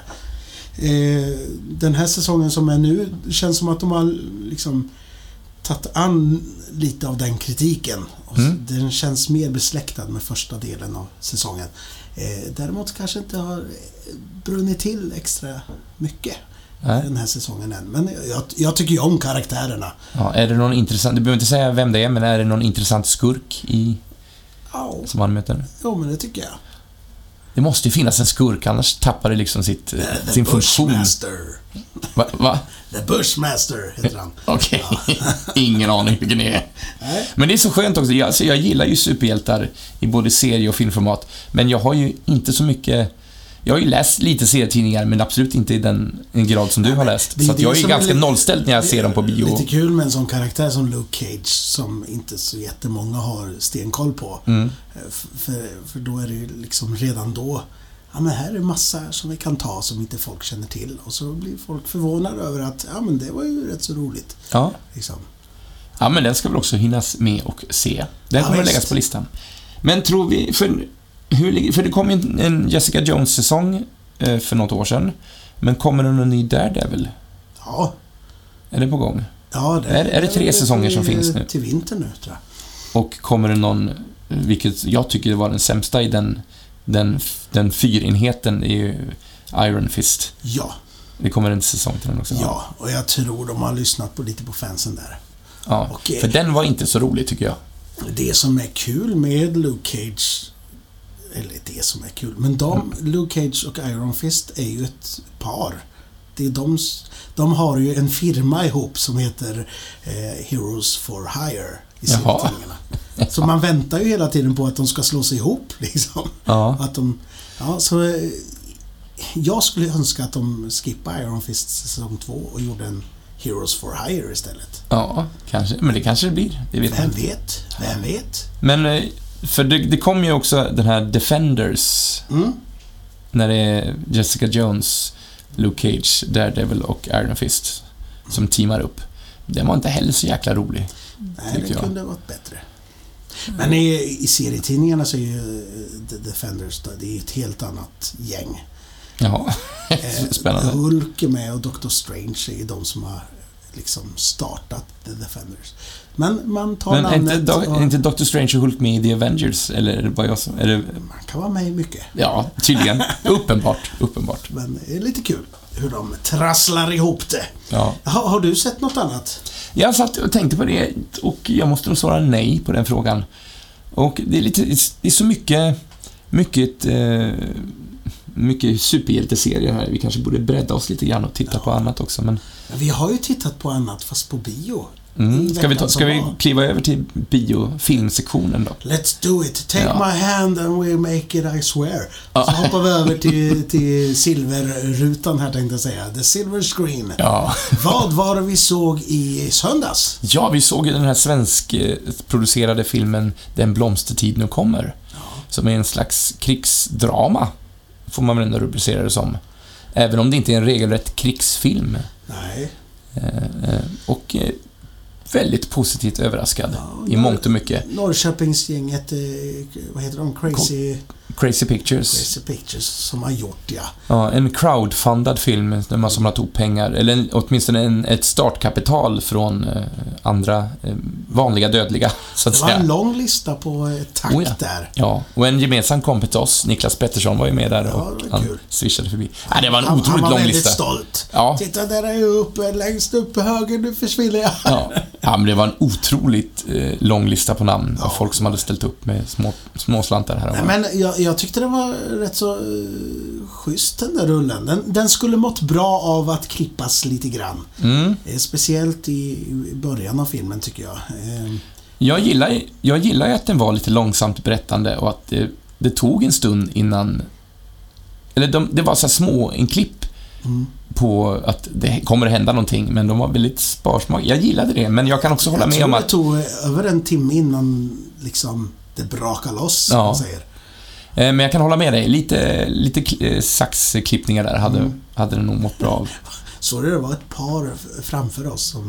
A: Eh, den här säsongen som är nu känns som att de har liksom tagit an lite av den kritiken. Och
B: Mm.
A: den känns mer besläktad med första delen av säsongen. Eh, däremot kanske inte har brunnit till extra mycket
B: Nej.
A: den här säsongen än. Men jag, jag tycker ju om karaktärerna.
B: Ja, är det någon intressant... Du behöver inte säga vem det är, men är det någon intressant skurk i...
A: Ja,
B: som han möter?
A: jo, men det tycker jag.
B: Det måste ju finnas en skurk, annars tappar det liksom sitt,
A: The, the
B: sin funktion.
A: Bushmaster.
B: Va? Va?
A: The Bushmaster heter han.
B: Okej, ingen aning vilken det är.
A: Nej.
B: Men det är så skönt också. Jag, alltså jag gillar ju superhjältar i både serie- och filmformat. Men jag har ju inte så mycket... Jag har ju läst lite serietidningar, men absolut inte i den en grad som du har läst.
A: det är
B: Så att
A: det
B: jag är ju
A: som
B: ganska
A: är li-
B: nollställd när jag ser dem på bio.
A: Lite kul med en sån karaktär som Luke Cage som inte så jättemånga har stenkoll på.
B: Mm.
A: F- För, för då är det ju liksom redan då, ja men här är massa som vi kan ta som inte folk känner till. Och så blir folk förvånade över att, ja men det var ju rätt så roligt.
B: Ja.
A: Liksom.
B: Ja, men den ska väl också hinnas med och se. Den
A: Ja,
B: kommer att
A: visst.
B: läggas på listan. Men tror vi... För, hur, ligger- för det kom ju en, en Jessica Jones-säsong eh, för något år sedan. Men kommer det någon ny Daredevil?
A: Ja,
B: Är det på gång?
A: ja det,
B: Är- är det tre
A: väl
B: säsonger som
A: till-
B: finns nu?
A: Till vinter nu tror jag.
B: Och kommer det någon... Vilket jag tycker var den sämsta i den... Den, den fyrenheten är ju Iron Fist.
A: Ja,
B: Det kommer en säsong till den också.
A: ja, och jag tror de har lyssnat på lite på fansen där.
B: Ja,
A: Och, eh,
B: för den var inte så rolig tycker jag.
A: Det som är kul med Luke Cage, eller det som är kul, men de, Luke Cage och Iron Fist är ju ett par. Det är de, de har ju en firma ihop som heter eh, Heroes for Hire i
B: Jaha.
A: serietidningarna. Så man väntar ju hela tiden på att de ska slå sig ihop liksom.
B: Ja.
A: Att de, ja, så eh, jag skulle önska att de skippade Iron Fist säsong två och gjorde en Heroes for Hire istället.
B: Ja, kanske. Men det kanske det blir. Det vet man
A: Vem
B: inte.
A: vet? Vem vet?
B: Men, eh, för det, det kom ju också den här Defenders.
A: Mm.
B: När det är Jessica Jones, Luke Cage, Daredevil och Iron Fist som teamar upp. Den var inte heller så jäkla rolig.
A: Nej,
B: tycker
A: det
B: jag.
A: kunde ha varit bättre. Men i, i serietidningarna så är ju eh, The Defenders då, det är ett helt annat gäng.
B: Jaha,
A: Eh,
B: spännande.
A: Hulk är med och Doctor Strange är ju de som har liksom startat The Defenders. Men man tar
B: Men är inte,
A: namnet
B: Do-
A: och
B: är inte Doctor Strange och Hulk med i The Avengers? Eller är det bara jag som... Är det,
A: man kan vara med i mycket.
B: ja, tydligen. Uppenbart. Uppenbart.
A: Men det är lite kul hur de trasslar ihop det.
B: Ja.
A: Har, har du sett något annat?
B: Jag satt och tänkte på det och jag måste nog svara nej på den frågan. Och det är lite... Det är så mycket... Mycket... Eh, mycket superhjälteserier här. Vi kanske borde bredda oss lite grann och titta
A: Ja.
B: på annat också, men...
A: Vi har ju tittat på annat fast på bio.
B: Mm.
A: I
B: Ska, vi ta,
A: veckan
B: ska
A: som
B: vi
A: var.
B: kliva över till biofilmsektionen då?
A: Let's do it. Take
B: Ja.
A: my hand and we'll make it, I swear.
B: Ja.
A: Så hoppar vi över till, till silverrutan här tänkte jag säga. The silver screen.
B: Ja.
A: Vad var det vi såg i söndags?
B: Ja, vi såg ju den här svenskproducerade filmen Den blomstertid nu kommer. Som är en slags krigsdrama, får man väl ändå rubricera det som. Även om det inte är en regelrätt krigsfilm.
A: Nej.
B: Eh, eh, och eh, väldigt positivt överraskad
A: Ja,
B: i mångt och mycket.
A: Norrköpingsgänget, eh, vad heter de? Crazy,
B: Crazy Pictures.
A: Crazy Pictures som har gjort, ja.
B: Ja, en crowdfundad film där man samlat ihop pengar, eller en, åtminstone en, ett startkapital från eh, andra eh, vanliga dödliga, så att
A: Det var
B: säga.
A: en lång lista på eh, tack
B: Oh ja.
A: där.
B: Ja, och en gemensam kompis till oss, Niklas Pettersson, var ju med där
A: Ja,
B: och
A: det var
B: han
A: kul.
B: swishade förbi. Ja, det var en
A: Han,
B: otroligt
A: han var
B: lång
A: väldigt
B: lista.
A: stolt.
B: Ja.
A: Titta, där är jag uppe, längst upp i höger, nu försvinner jag.
B: Ja. ja, men det var en otroligt eh, lång lista på namn av
A: Ja.
B: folk som hade ställt upp med små, små slantar här.
A: Nej, men jag, jag tyckte det var rätt så uh, schysst den där rullen. Den, den skulle mått bra av att klippas lite grann.
B: Mm.
A: Eh, Speciellt i, i början av filmen tycker jag. Eh,
B: Jag gillar, jag gillar ju att den var lite långsamt berättande och att det, det tog en stund innan... Eller de, det var så här små en klipp
A: mm.
B: på att det kommer att hända någonting, men de var väldigt sparsmakiga. Jag gillade det, men jag kan också hålla
A: jag
B: med
A: tror
B: om
A: det
B: att...
A: tog eh, över en timme innan liksom det brakar loss, som
B: Ja.
A: man säger.
B: Eh, Men jag kan hålla med dig. Lite, lite kl- eh, saxklippningar där hade,
A: Mm.
B: hade det nog mått bra av.
A: Så det var ett par f- framför oss som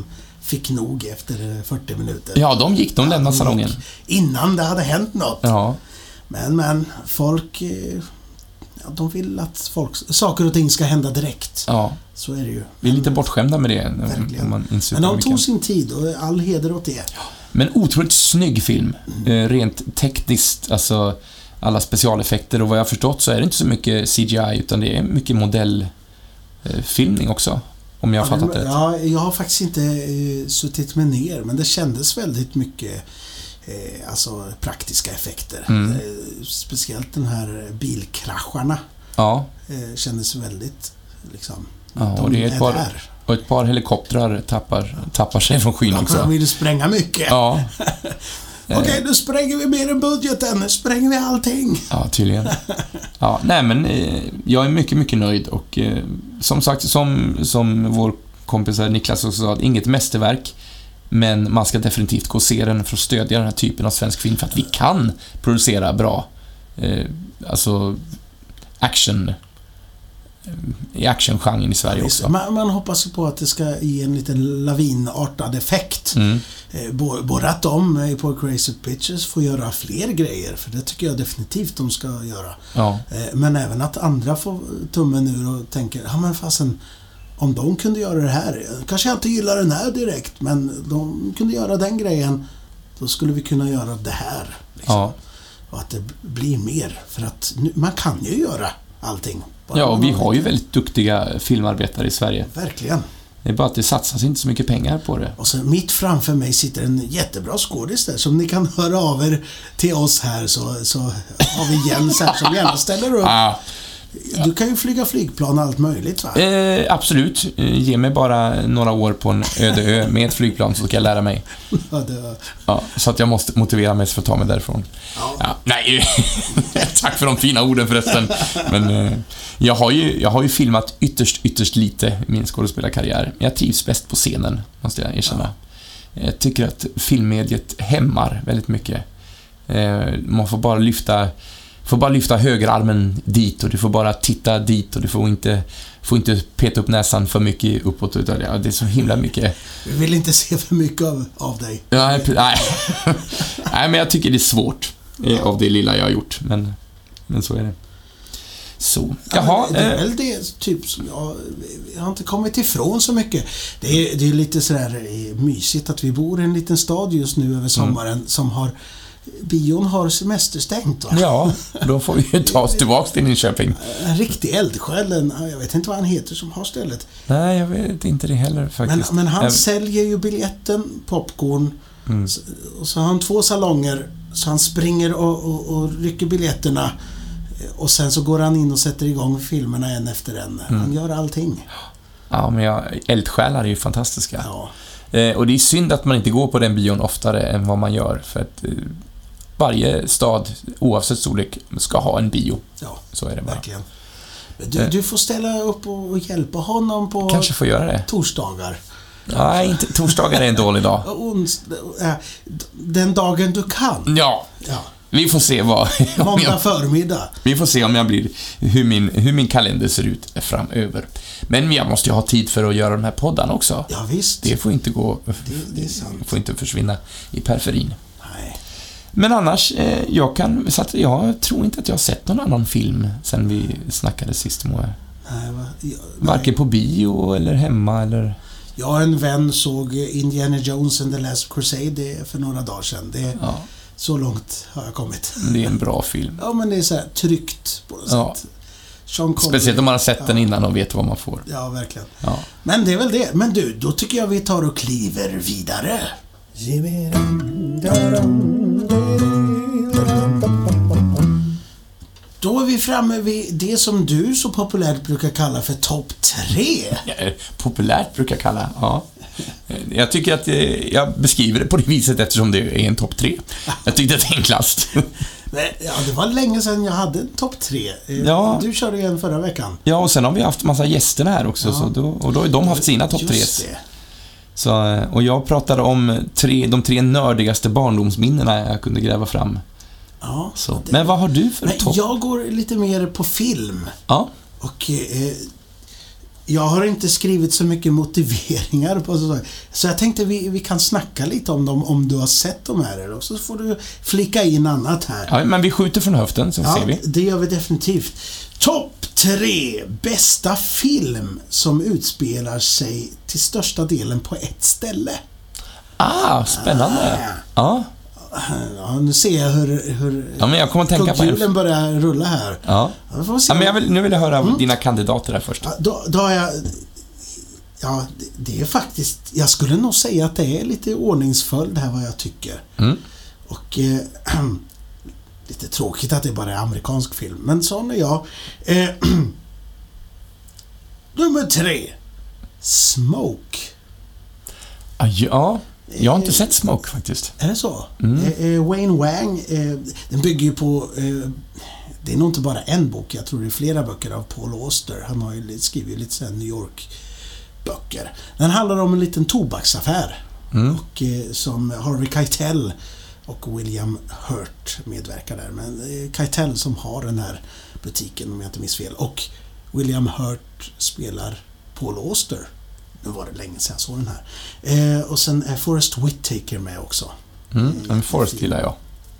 A: fick nog efter fyrtio minuter.
B: Ja, de gick, de lämnade
A: ja, de
B: salongen.
A: Innan det hade hänt något.
B: Ja.
A: Men, men folk... Ja, de vill att folk, saker och ting ska hända direkt.
B: Ja.
A: Så är det ju.
B: Vi är lite bortskämda med det.
A: Verkligen.
B: Man
A: men de tog sin tid och all heder åt det.
B: Ja. Men otroligt snygg film. Mm. Rent tekniskt, alltså alla specialeffekter, och vad jag har förstått så är det inte så mycket C G I utan det är mycket modellfilmning också, om jag har
A: ja,
B: fattat
A: det rätt. Ja, jag har faktiskt inte uh, suttit med ner, men det kändes väldigt mycket uh, alltså praktiska effekter. Mm. Uh, speciellt den här bilkrascharna.
B: Ja.
A: Uh, kändes väldigt liksom,
B: ja, och
A: de
B: det är ett
A: är
B: par,
A: där.
B: Och ett par helikoptrar tappar, tappar sig från skyn också.
A: De vill spränga mycket.
B: Ja.
A: Okej, okay, nu spränger vi mer än budgeten. Nu spränger vi allting.
B: Ja, tydligen. Ja, nej men eh, jag är mycket, mycket nöjd och eh, som sagt, som, som vår kompis här Niklas också sa, inget mästerverk, men man ska definitivt gå och se den för att stödja den här typen av svensk film, för att vi kan producera bra eh, alltså action i actiongenren i Sverige också.
A: Man, man hoppas på att det ska ge en liten lavinartad effekt.
B: Mm.
A: Både att de på Crazy Pictures får göra fler grejer, för det tycker jag definitivt de ska göra.
B: Ja.
A: Men även att andra får tummen ur och tänker, ja men fasen, om de kunde göra det här, kanske jag inte gillar den här direkt, men de kunde göra den grejen, då skulle vi kunna göra det här. Liksom. Ja. Och att det blir mer, för att nu, man kan ju göra allting.
B: Ja, och vi har ju väldigt duktiga filmarbetare i Sverige.
A: Verkligen.
B: Det är bara att det satsas inte så mycket pengar på det.
A: Och så mitt framför mig sitter en jättebra skådis där, som ni kan höra av er till oss här, så, så har vi Jens här som gärna ställer upp. Ja. Du kan ju flyga flygplan och allt möjligt, va?
B: Eh, absolut. Ge mig bara några år på en öde ö med ett flygplan så ska jag lära mig.
A: Ja, det...
B: ja, så att jag måste motivera mig för att ta mig därifrån. Ja. Ja, nej, tack för de fina orden förresten. Men eh, jag, har ju, jag har ju filmat ytterst, ytterst lite i min skådespelarkarriär. Men jag trivs bäst på scenen, måste jag erkänna. Ja. Jag tycker att filmmediet hämmar väldigt mycket. Eh, man får bara lyfta... får bara lyfta högerarmen dit och du får bara titta dit och du får inte, får inte peta upp näsan för mycket uppåt, utan det är så himla mycket.
A: Vi vill inte se för mycket av, av dig.
B: Nej, nej. Nej, men jag tycker det är svårt av det lilla jag har gjort, men, men så är det. Så. Jaha,
A: ja, det är väl det typ som jag, jag har inte kommit ifrån så mycket. Det är, det är lite sådär mysigt att vi bor i en liten stad just nu över sommaren mm. som har bion har semesterstängt, va? Ja,
B: då får vi ta oss tillbaka till Nyköping.
A: En riktig eldsjäl, jag vet inte vad han heter som har stället.
B: Nej, jag vet inte det heller faktiskt.
A: Men, men han
B: jag...
A: säljer ju biljetten, popcorn, mm. och så har han två salonger, så han springer och, och, och rycker biljetterna, och sen så går han in och sätter igång filmerna en efter en. Mm. Han gör allting.
B: Ja, men jag, eldsjälar är ju fantastiska.
A: Ja.
B: Eh, och det är synd att man inte går på den bion oftare än vad man gör, för att eh, varje stad, oavsett storlek, ska ha en bio.
A: Ja,
B: så är det bara.
A: Verkligen. Du, du får ställa upp och hjälpa honom på
B: kanske får göra det.
A: Torsdagar.
B: Nej, inte torsdagar är en dålig dag.
A: Den dagen du kan.
B: Ja. Ja. Vi får se vad
A: måndag förmiddag.
B: Vi får se om jag blir hur min hur min kalender ser ut framöver. Men jag måste ju ha tid för att göra de här poddarna också.
A: Ja, visst.
B: Det får inte gå
A: det, det är sant.
B: Får inte försvinna i periferin.
A: Nej.
B: Men annars eh, jag kan så att jag tror inte att jag har sett någon annan film sen vi snackade sist må.
A: Nej, va? Ja,
B: varken på bio eller hemma eller.
A: Jag och en vän såg Indiana Jones and the Last Crusade för några dagar sedan. Det ja. Så långt har jag kommit.
B: Det är en bra film.
A: Ja, men det är så här tryggt på något
B: ja.
A: sätt. Sean Connery,
B: speciellt om man har sett
A: ja.
B: den innan och vet vad man får.
A: Ja, verkligen.
B: Ja.
A: Men det är väl det. Men du, då tycker jag vi tar och kliver vidare. Då är vi framme vid det som du så populärt brukar kalla för topp tre.
B: Ja, populärt brukar kalla, ja. Jag tycker att jag beskriver det på det viset eftersom det är en topp tre. Jag tyckte att det är enklast.
A: Ja, det var länge sedan jag hade en topp tre.
B: Ja.
A: Du körde en förra veckan.
B: Ja, och sen har vi haft massa gäster här också. Ja. Så då, och då har de haft sina topp tre. Så, och jag pratade om tre, de tre nördigaste barndomsminnena jag kunde gräva fram.
A: Ja,
B: så. Det... Men vad har du för topp?
A: Jag går lite mer på film.
B: Ja.
A: Och eh, Jag har inte skrivit så mycket motiveringar på så, så jag tänkte vi, vi kan snacka lite om dem om du har sett dem här och så får du flika in annat här.
B: Ja, men vi skjuter från höften så
A: ja,
B: ser vi.
A: Det gör vi definitivt. Topp tre bästa film som utspelar sig till största delen på ett ställe.
B: Ah, spännande. Ah. Ja.
A: Ja, nu ser jag hur, hur
B: ja, men jag kommer att tänka på en...
A: börjar rulla här.
B: Ja.
A: Ja, får se.
B: Ja, men jag vill, nu vill jag höra mm. dina kandidater där först.
A: Ja, då, då har jag... Ja, det, det är faktiskt... Jag skulle nog säga att det är lite ordningsföljd här vad jag tycker.
B: Mm.
A: Och... Eh, lite tråkigt att det bara är amerikansk film. Men sån är jag. Eh, nummer tre. Smoke.
B: Ja, jag har inte sett Smoke faktiskt.
A: Är det så?
B: Mm.
A: Eh, Wayne Wang, eh, den bygger ju på... Eh, det är nog inte bara en bok. Jag tror det är flera böcker av Paul Auster. Han har ju skrivit lite sån New York-böcker. Den handlar om en liten tobaksaffär.
B: Mm.
A: Och eh, som Harvey Keitel och William Hurt medverkar där. Men eh, Keitel som har den här butiken om jag inte minns fel. Och William Hurt spelar Paul Auster. Nu var det länge sedan jag såg den här. Eh, och sen är Forrest Whitaker med också.
B: Mm, en Forrest gillar jag.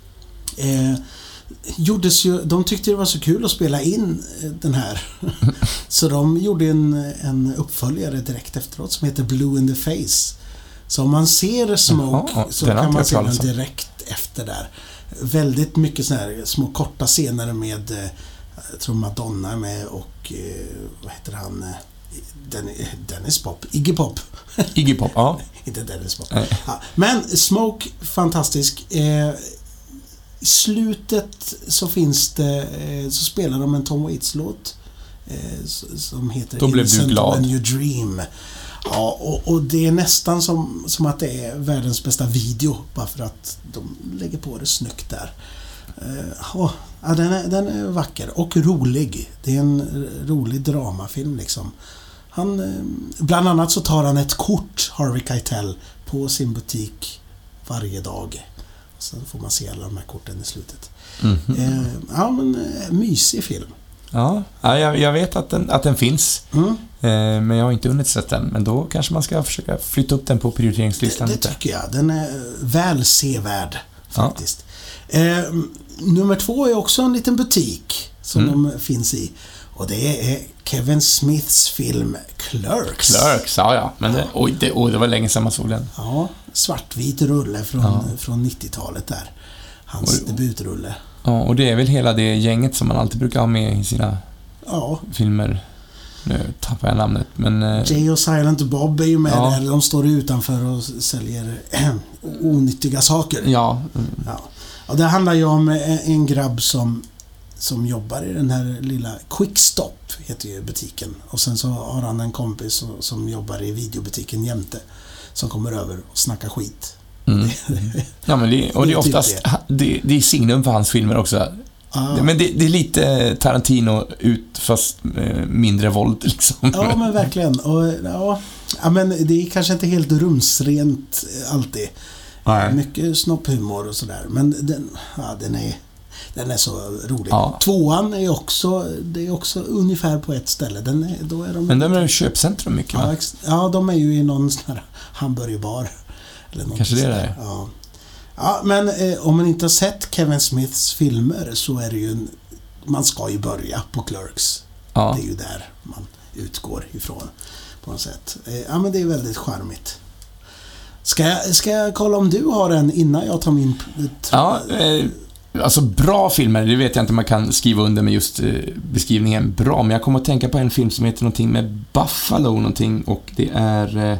A: Eh, gjordes ju, de tyckte det var så kul att spela in den här. Så de gjorde en, en uppföljare direkt efteråt som heter Blue in the Face. Så om man ser Smoke Jaha, så kan man se den direkt efter där. Väldigt mycket såna här små korta scener med jag tror Madonna med och vad heter han Dennis Pop, Iggy Pop.
B: Iggy Pop, ja.
A: Inte Dennis Pop. Ja, men Smoke, fantastisk. Eh, I slutet så finns det eh, så spelar de en Tom Waits-låt eh, som heter
B: Då blev du glad.
A: When You Dream. Ja, och, och det är nästan som, som att det är världens bästa video bara för att de lägger på det snyggt där. Uh, oh, ja, den, är, den är vacker och rolig. Det är en rolig dramafilm liksom. Han, uh, bland annat så tar han ett kort, Harvey Keitel, på sin butik varje dag. Sen får man se alla de här korten i slutet.
B: Mm-hmm.
A: Uh, ja, men uh, mysig film.
B: Ja, jag, jag vet att den, att den finns.
A: Mm.
B: Eh, men jag har inte hunnit sett den. Men då kanske man ska försöka flytta upp den på prioriteringslistan.
A: Det, det
B: lite.
A: tycker jag. Den är väl sevärd faktiskt. Ja. Eh, nummer två är också en liten butik som mm. de finns i. Och det är Kevin Smiths film Clerks.
B: Clerks, ja ja. Men det, oj, det, oj, det var länge sedan man såg den.
A: Ja, svartvit rulle från, ja. från nittiotalet där. Hans oj, debutrulle.
B: Ja, och det är väl hela det gänget som man alltid brukar ha med i sina
A: ja.
B: filmer. Nu tappar jag namnet, men...
A: Jay och Silent Bob är ju med ja. där. De står utanför och säljer äh, onyttiga saker.
B: Ja.
A: Mm. ja. Och det handlar ju om en grabb som, som jobbar i den här lilla Quickstop, heter ju butiken. Och sen så har han en kompis som, som jobbar i videobutiken jämte. Som kommer över och snackar skit.
B: Mm. ja, men det, och det är oftast det, det är signum för hans filmer också. Ah. Men det, det är lite Tarantino ut fast eh, mindre våld liksom.
A: Ja, men verkligen. Och, ja, ja, men det är kanske inte helt rumsrent alltid. Nej. Mycket snopphumor och sådär. Men den, ja, den är den är så rolig. Ja. Tvåan är också det är också ungefär på ett ställe. Den är, då är de
B: men de är i köpcentrum mycket,
A: ja,
B: va?
A: Ja, de är ju i någon sån här hamburgerbar. Eller
B: kanske det är det.
A: Ja. Ja, men eh, om man inte har sett Kevin Smiths filmer så är det ju en, man ska ju börja på Clerks. Ja. Det är ju där man utgår ifrån på något sätt. Eh, ja, men det är väldigt charmigt. Ska jag, ska jag kolla om du har en innan jag tar min...
B: Ja, eh, alltså bra filmer, det vet jag inte om man kan skriva under med just eh, beskrivningen bra, men jag kommer att tänka på en film som heter någonting med Buffalo någonting och det är... Eh,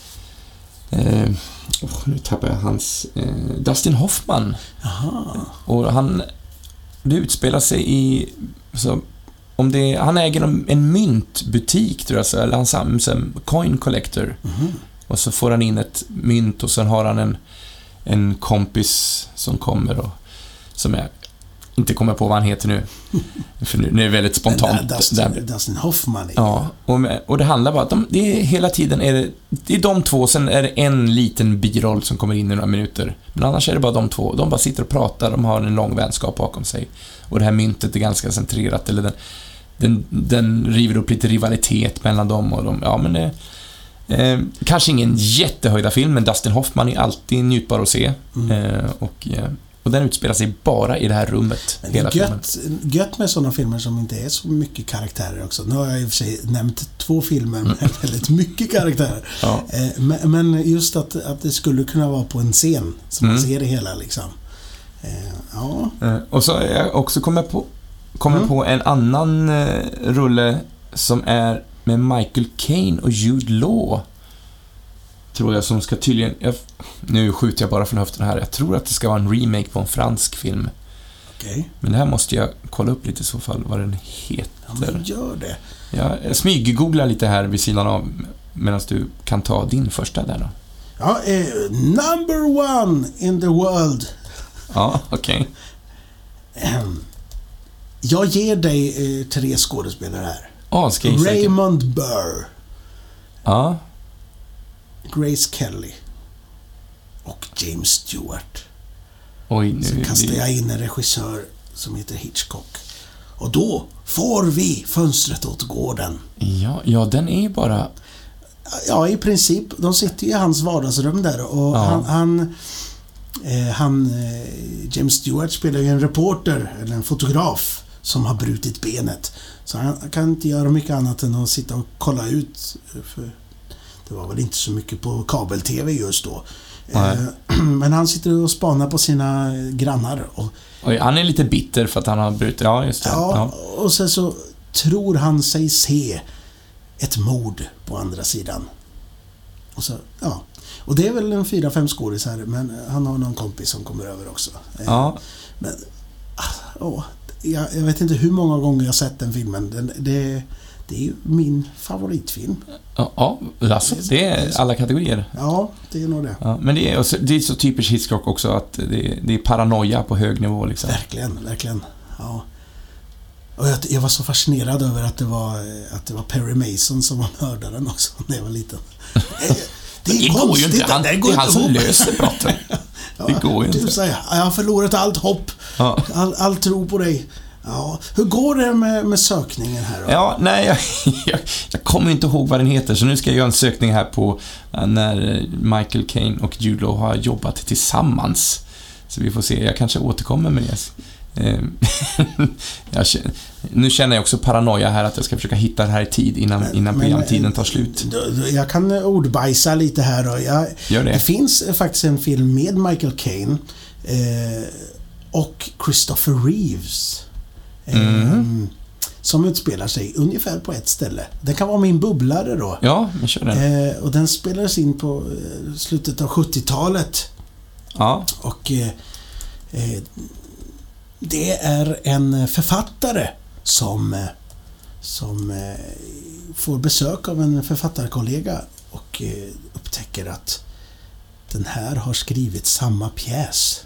B: eh, Oh, nu tappar jag hans eh, Dustin Hoffman.
A: Aha.
B: Och han det utspelar sig i så, om det han äger en, en myntbutik tror jag så, eller han en coin collector.
A: Mm-hmm.
B: Och så får han in ett mynt och sen har han en en kompis som kommer och som är inte kommer på vad han heter nu. För nu, nu är det väldigt spontant.
A: Där, Dustin, där. Dustin Hoffman. Är
B: ja, och, och det handlar bara att de, det är, hela tiden är det, det är de två, sen är det en liten biroll som kommer in i några minuter. Men annars är det bara de två. De bara sitter och pratar, de har en lång vänskap bakom sig. Och det här myntet är ganska centrerat, eller den, den, den river upp lite rivalitet mellan dem och dem. Ja, men det, eh, kanske ingen jättehöjda film, men Dustin Hoffman är alltid njutbar att se. Mm. Eh, och, eh, och den utspelar sig bara i det här rummet.
A: Men det är gött, gött med sådana filmer som inte är så mycket karaktärer också. Nu har jag i och för sig nämnt två filmer med mm. väldigt mycket karaktärer. Ja. Eh, men, men just att, att det skulle kunna vara på en scen som mm. man ser det hela liksom. Eh, ja.
B: Eh, och så har jag också kommit på kommer mm. på en annan eh, rulle som är med Michael Caine och Jude Law, tror jag, som ska tydligen jag, nu skjuter jag bara från höften här, jag tror att det ska vara en remake på en fransk film.
A: Okay.
B: Men det här måste jag kolla upp lite i så fall vad den heter.
A: Ja, men gör det.
B: Jag smyggooglar lite här vid sidan av medan du kan ta din första där då.
A: Ja, eh, number one in the world.
B: Ja, okej.
A: Okay. Jag ger dig eh, tre skådespelare här.
B: Oh, ska jag
A: Raymond Burr.
B: Ja.
A: Grace Kelly. Och James Stewart.
B: Oj, nu,
A: så kastar jag in en regissör som heter Hitchcock. Och då får vi Fönstret åt gården.
B: Ja, ja, den är bara...
A: Ja, i princip. De sitter i hans vardagsrum där. Och ja. han... han eh, han eh, James Stewart spelar ju en reporter, eller en fotograf, som har brutit benet. Så han kan inte göra mycket annat än att sitta och kolla ut. För det var väl inte så mycket på kabel-tv just då.
B: Nej.
A: Men han sitter och spanar på sina grannar. Och,
B: Oj, han är lite bitter för att han har brutit. Ja, just det.
A: Ja,
B: ja.
A: Och sen så tror han sig se ett mord på andra sidan. Och så, ja. Och det är väl en fyra, fem skådisar, men han har någon kompis som kommer över också.
B: Ja.
A: Men, åh, jag, jag vet inte hur många gånger jag sett den filmen. Det, det, det är ju min favoritfilm.
B: Ja, ja alltså, det är alla kategorier.
A: Ja, det är nog det.
B: Ja, men det är, också, det är så typiskt Hitchcock också att det, det är paranoia på hög nivå. Liksom.
A: Verkligen, verkligen. Ja. Och jag, jag var så fascinerad över att det var, att det var Perry Mason som var mördaren också när jag var liten.
B: Det, det går ju inte. Han, det, det är han som löser brotten.
A: Ja,
B: det går ju
A: du
B: inte.
A: Säger, jag har förlorat allt hopp. Ja. All, all tro på dig. Ja. Hur går det med, med sökningen här då?
B: Ja, nej, jag, jag, jag kommer inte ihåg vad den heter. Så nu ska jag göra en sökning här på när Michael Caine och Jude Law har jobbat tillsammans. Så vi får se. Jag kanske återkommer med det. jag känner, nu känner jag också paranoia här att jag ska försöka hitta det här i tid innan, men, innan programtiden tar slut.
A: Jag kan ordbajsa lite här då. Jag,
B: Gör det.
A: Det finns faktiskt en film med Michael Caine eh, och Christopher Reeves eh, mm. som utspelar sig ungefär på ett ställe. Det kan vara min bubblare då.
B: Ja, men kör den.
A: Eh, och den spelades in på eh, slutet av sjuttiotalet.
B: Ja.
A: Och eh, eh, det är en författare som, som får besök av en författarkollega och upptäcker att den här har skrivit samma pjäs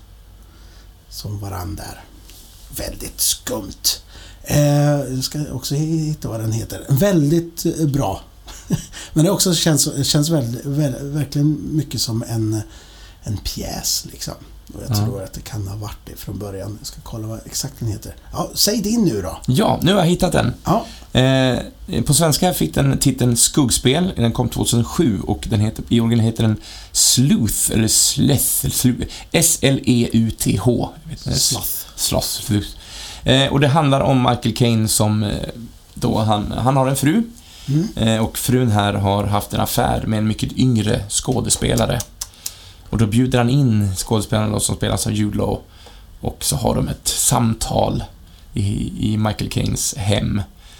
A: som varann där. Väldigt skumt. Jag ska också hitta vad den heter. Väldigt bra. Men det också känns, känns väldigt, väldigt, verkligen mycket som en, en pjäs liksom. Och jag tror ja. att det kan ha varit det från början. Jag ska kolla vad exakt den heter. Ja, säg din nu då.
B: Ja, nu har jag hittat den.
A: Ja.
B: Eh, på svenska fick den titeln Skuggspel. Den kom tjugohundrasju och den heter, i original heter den Sleuth eller Sleth, S L E U T H.
A: Sloth.
B: Sloth. Eh, och det handlar om Michael Caine som då han, han har en fru. Mm. Eh, och frun här har haft en affär med en mycket yngre skådespelare. Och då bjuder han in skådespelarna som spelas av Jude Law. Och så har de ett samtal i, i Michael Caines hem.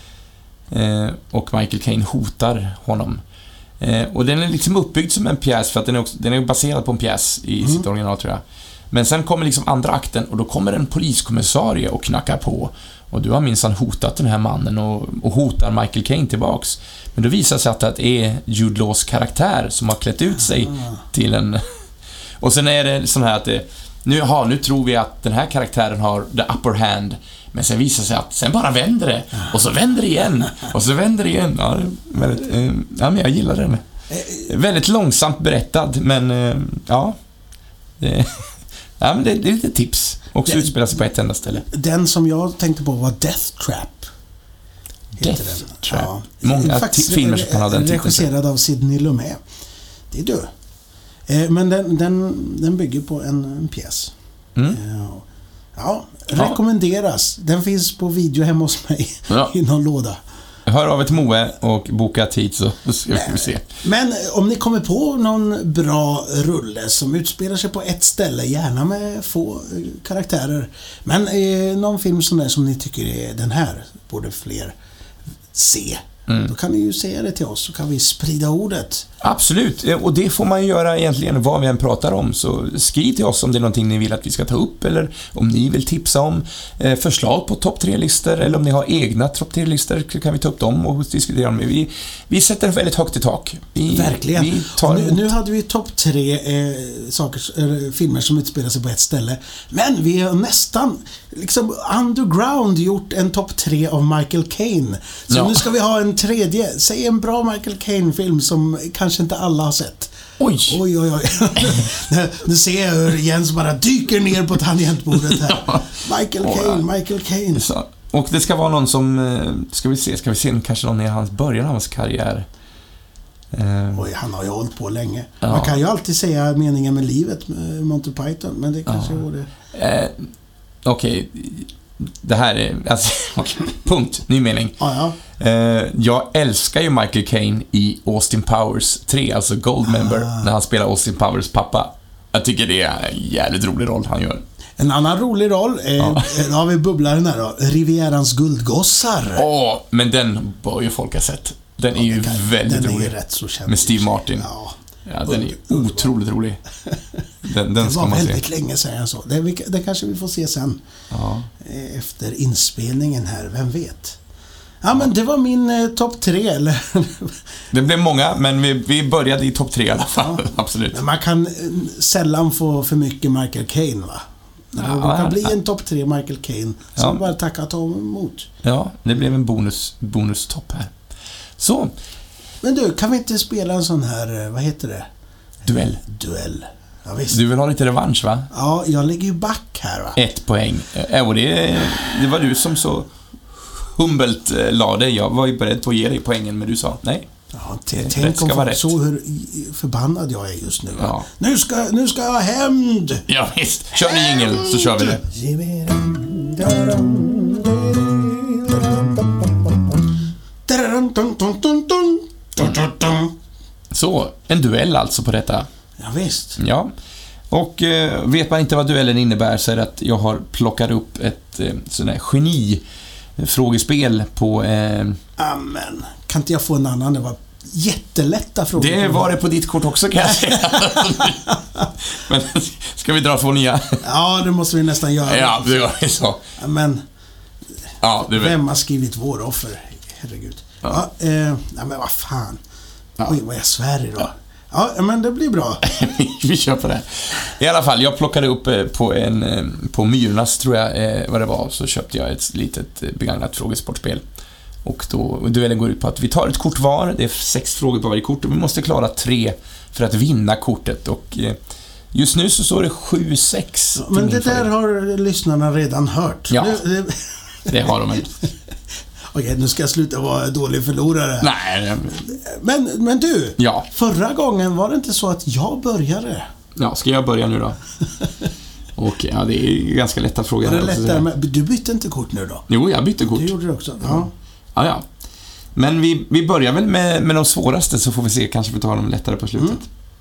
B: Eh, och Michael Caine hotar honom. Eh, och den är liksom uppbyggd som en pjäs för att den är, också, den är baserad på en pjäs i mm. sitt original tror jag. Men sen kommer liksom andra akten och då kommer en poliskommissarie och knackar på. Och du har minsann hotat den här mannen och, och hotar Michael Caine tillbaks. Men då visar sig att det är Jude Laws karaktär som har klätt ut sig till en... Och sen är det sån här att det, nu, aha, nu tror vi att den här karaktären har the upper hand. Men sen visar sig att sen bara vänder det. Och så vänder det igen. Och så vänder det igen. Ja, väldigt, eh, ja men jag gillar den. Väldigt långsamt berättad. Men eh, ja det, ja, men det, det är lite tips. Också utspelar sig på ett enda ställe.
A: Den som jag tänkte på var Death Trap.
B: Death,
A: den.
B: tror jag.
A: Ja.
B: Många
A: Faktiskt,
B: t- filmer som har den titeln.
A: regisserad av Sidney Lumet. Det är du. Eh, men den, den, den bygger på en, en pjäs.
B: Mm.
A: Eh, ja, rekommenderas. Den finns på video hemma hos mig
B: Ja.
A: i någon låda.
B: Hör av ett Moe och boka tid så ska vi se.
A: Men om ni kommer på någon bra rulle som utspelar sig på ett ställe, gärna med få eh, karaktärer. Men eh, någon film som är som ni tycker är den här, borde fler se. Mm. Då kan ni ju säga det till oss, så kan vi sprida ordet.
B: Absolut, och det får man ju göra egentligen vad vi än pratar om. Så skriv till oss om det är någonting ni vill att vi ska ta upp, eller om ni vill tipsa om eh, förslag på topp tre-listor, eller om ni har egna topp tre-listor så kan vi ta upp dem och diskutera dem. Vi, vi sätter väldigt högt i tak. Vi,
A: Verkligen.
B: Vi tar
A: nu, nu hade vi topp tre eh, saker, eh, filmer som utspelar sig på ett ställe. Men vi har nästan liksom underground gjort en topp tre av Michael Caine. Så
B: ja.
A: nu ska vi ha en tredje. Säg en bra Michael Caine-film som kanske inte alla har sett.
B: Oj!
A: Oj, oj, oj. Nu ser jag hur Jens bara dyker ner på tangentbordet här.
B: Ja.
A: Michael Caine, Michael Caine.
B: Så, och det ska vara någon som, ska vi se, ska vi se kanske någon i hans början av hans karriär.
A: Uh, Oj, han har ju hållit på länge.
B: Ja.
A: Man kan ju alltid säga meningen med livet med Monty Python, men det kanske
B: ja.
A: vore...
B: Uh, Okej, okay. Det här är... Alltså, okay. Punkt, ny mening.
A: Ja,
B: ja. Uh, jag älskar ju Michael Caine i Austin Powers tre, alltså Goldmember, ah. när han spelar Austin Powers pappa. Jag tycker det är en jävligt rolig roll han gör.
A: En annan rolig roll, eh, ja. Då har vi bubblaren här då, Rivierans guldgossar.
B: Åh, oh, men den bör ju folk ha sett. Den är ju
A: kan,
B: väldigt
A: den
B: rolig.
A: Är rätt så känd.
B: Med Steve Martin.
A: Ja.
B: Ja, den är otroligt rolig. Den, den
A: det
B: ska
A: var
B: man
A: väldigt
B: se.
A: länge sedan så. Det, det kanske vi får se sen.
B: Ja.
A: Efter inspelningen här, vem vet. Ja, men det var min eh, topp tre, eller?
B: Det blev många, men vi, vi började i topp tre i alla fall. Ja. Absolut.
A: Men man kan eh, sällan få för mycket Michael Caine, va? Ja, det kan ja, bli en topp tre Michael Caine som ja. bara tackar och ta emot.
B: Ja, det blev en bonus, bonustopp här. Så.
A: Men du, kan vi inte spela en sån här, vad heter det?
B: Duell.
A: Duell. Ja, visst.
B: Du vill ha lite revansch, va?
A: Ja, jag lägger ju back här, va?
B: Ett poäng. Ja, och det, det var du som så humbelt la dig. Jag var ju beredd på att ge dig poängen, men du sa nej.
A: Ja, t- tänk om folk så hur förbannad jag är just nu.
B: Ja.
A: Nu ska, nu ska jag ha hämnd!
B: Ja, visst. Kör ni jingle så kör vi det. Så, en duell alltså på detta.
A: Ja, visst.
B: Ja. Och eh, vet man inte vad duellen innebär så är det att jag har plockat upp ett eh, sån här geni-frågespel på... Eh...
A: Amen. Kan inte jag få en annan? Det var jättelätta frågor.
B: Det var det på ditt kort också, kan jag säga. Men ska vi dra två nya?
A: Ja, det måste vi nästan göra.
B: Ja, det gör vi så.
A: Men...
B: Ja, det
A: vem har skrivit vår offer? Herregud. Ja. Ja, eh, nej, men vad fan. Ja. Oj, vad jag svär idag. Ja. Ja, men det blir bra.
B: Vi kör på det. I alla fall, jag plockade upp på en på Myrornas, tror jag vad det var, så köpte jag ett litet begagnat frågesportspel. Och då duellen går ut på att vi tar ett kort var. Det är sex frågor på varje kort och vi måste klara tre för att vinna kortet. Och just nu så står det sju sex.
A: Ja, men det där har lyssnarna redan hört.
B: Ja,
A: nu,
B: det har de.
A: Okej, nu ska jag sluta vara dålig förlorare.
B: Nej.
A: Men, men du,
B: ja.
A: Förra gången var det inte så att jag började?
B: Ja, ska jag börja nu då? Okej, ja, det är ganska lätta frågor.
A: Var det lättare med, du bytte inte kort nu då?
B: Jo, jag bytte kort.
A: Du gjorde det också? Ja.
B: Ja, ja. Men vi, vi börjar väl med, med de svåraste, så får vi se, kanske vi tar dem lättare på slutet.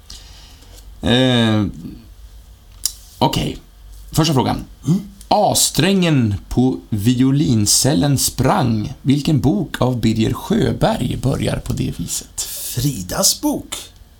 B: Mm. Eh, Okej, okay. Första frågan. Mm. A-strängen på violincellen sprang. Vilken bok av Birger Sjöberg börjar på det viset?
A: Fridas bok.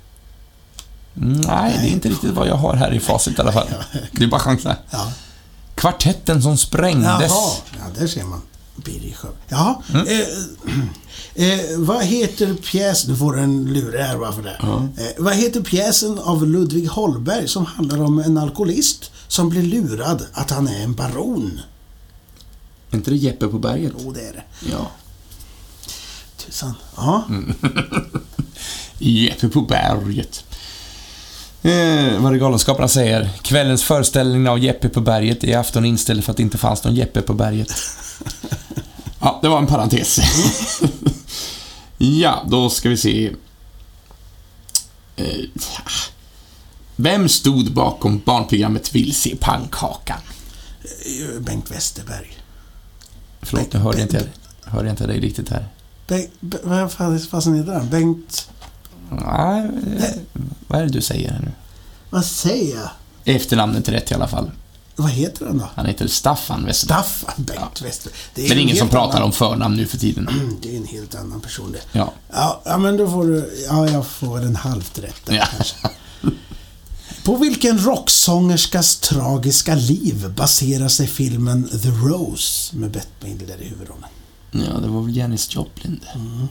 B: Nej, Nej, det är inte riktigt vad jag har här i facit i alla fall. Det är bara chansa.
A: Ja.
B: Kvartetten som sprängdes.
A: Jaha, ja, där ser man. Birger Sjöberg. Ja, mm. eh, eh, vad heter pjäsen? Du får en lur här, varför det? Mm. Eh, vad heter pjäsen av Ludvig Holberg som handlar om en alkoholist som blir lurad att han är en baron?
B: Är inte det Jeppe på berget?
A: Jo, det är det.
B: Ja.
A: Tusan. Ja.
B: Mm. Jeppe på berget. Eh, vad det Galenskaparna säger. Kvällens föreställning av Jeppe på berget är afton inställd för att det inte fanns någon Jeppe på berget. Ja, det var en parentes. Ja, då ska vi se. Eh, Vem stod bakom barnprogrammet Vill se pannkakan?
A: Bengt Westerberg.
B: Förlåt, nu hörde jag inte, hörde jag inte dig riktigt här.
A: Bengt, vad fan heter han? Bengt...
B: Nej, vad är det du säger här nu?
A: Vad säger jag?
B: Efternamnet är rätt i alla fall.
A: Vad heter han då?
B: Han heter Staffan Westerberg.
A: Staffan Bengt
B: Ja.
A: Westerberg.
B: Det är, det är ingen som pratar
A: annan...
B: om förnamn nu för tiden.
A: Det är en helt annan person det.
B: Ja.
A: Ja, ja men då får du... Ja, jag får en halvt rätt där,
B: Ja.
A: kanske. På vilken rocksångerskas tragiska liv baserar sig filmen The Rose med Bette Midler i huvudrollen?
B: Ja, det var väl Janis Joplin. Mm.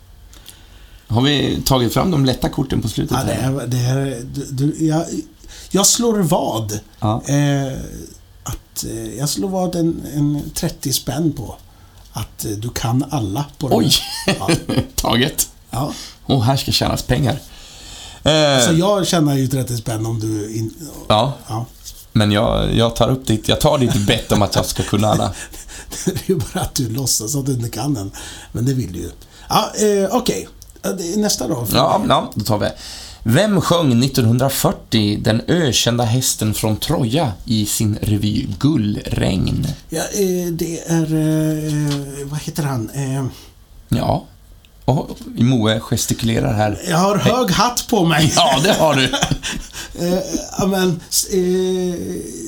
B: Har vi tagit fram de lätta korten på slutet?
A: Ja, det här, det här, du, du, jag, jag slår vad.
B: Ja.
A: Eh, att, eh, jag slår vad en, en trettio spänn på att eh, du kan alla på det.
B: Oj!
A: Ja.
B: Taget.
A: Ja.
B: Och här ska tjänas pengar. Eh,
A: Så jag tjänar ju trettio spänn om du... In,
B: ja.
A: ja.
B: Men jag, jag tar upp ditt, jag tar ditt bett om att jag ska kunna alla.
A: Det är ju bara att du låtsas att du inte kan den. Men det vill du ju. Ja, eh, okej. Okay. Nästa då.
B: Ja, ja, då tar vi. Vem sjöng nittonhundrafyrtio Den ökända hästen från Troja i sin revy Gullregn?
A: Ja, eh, det är... Eh, vad heter han? Eh,
B: Ja. Och Moe gestikulerar här.
A: jag har hög hatt på mig.
B: Ja, det har du.
A: eh, ja, men... Eh,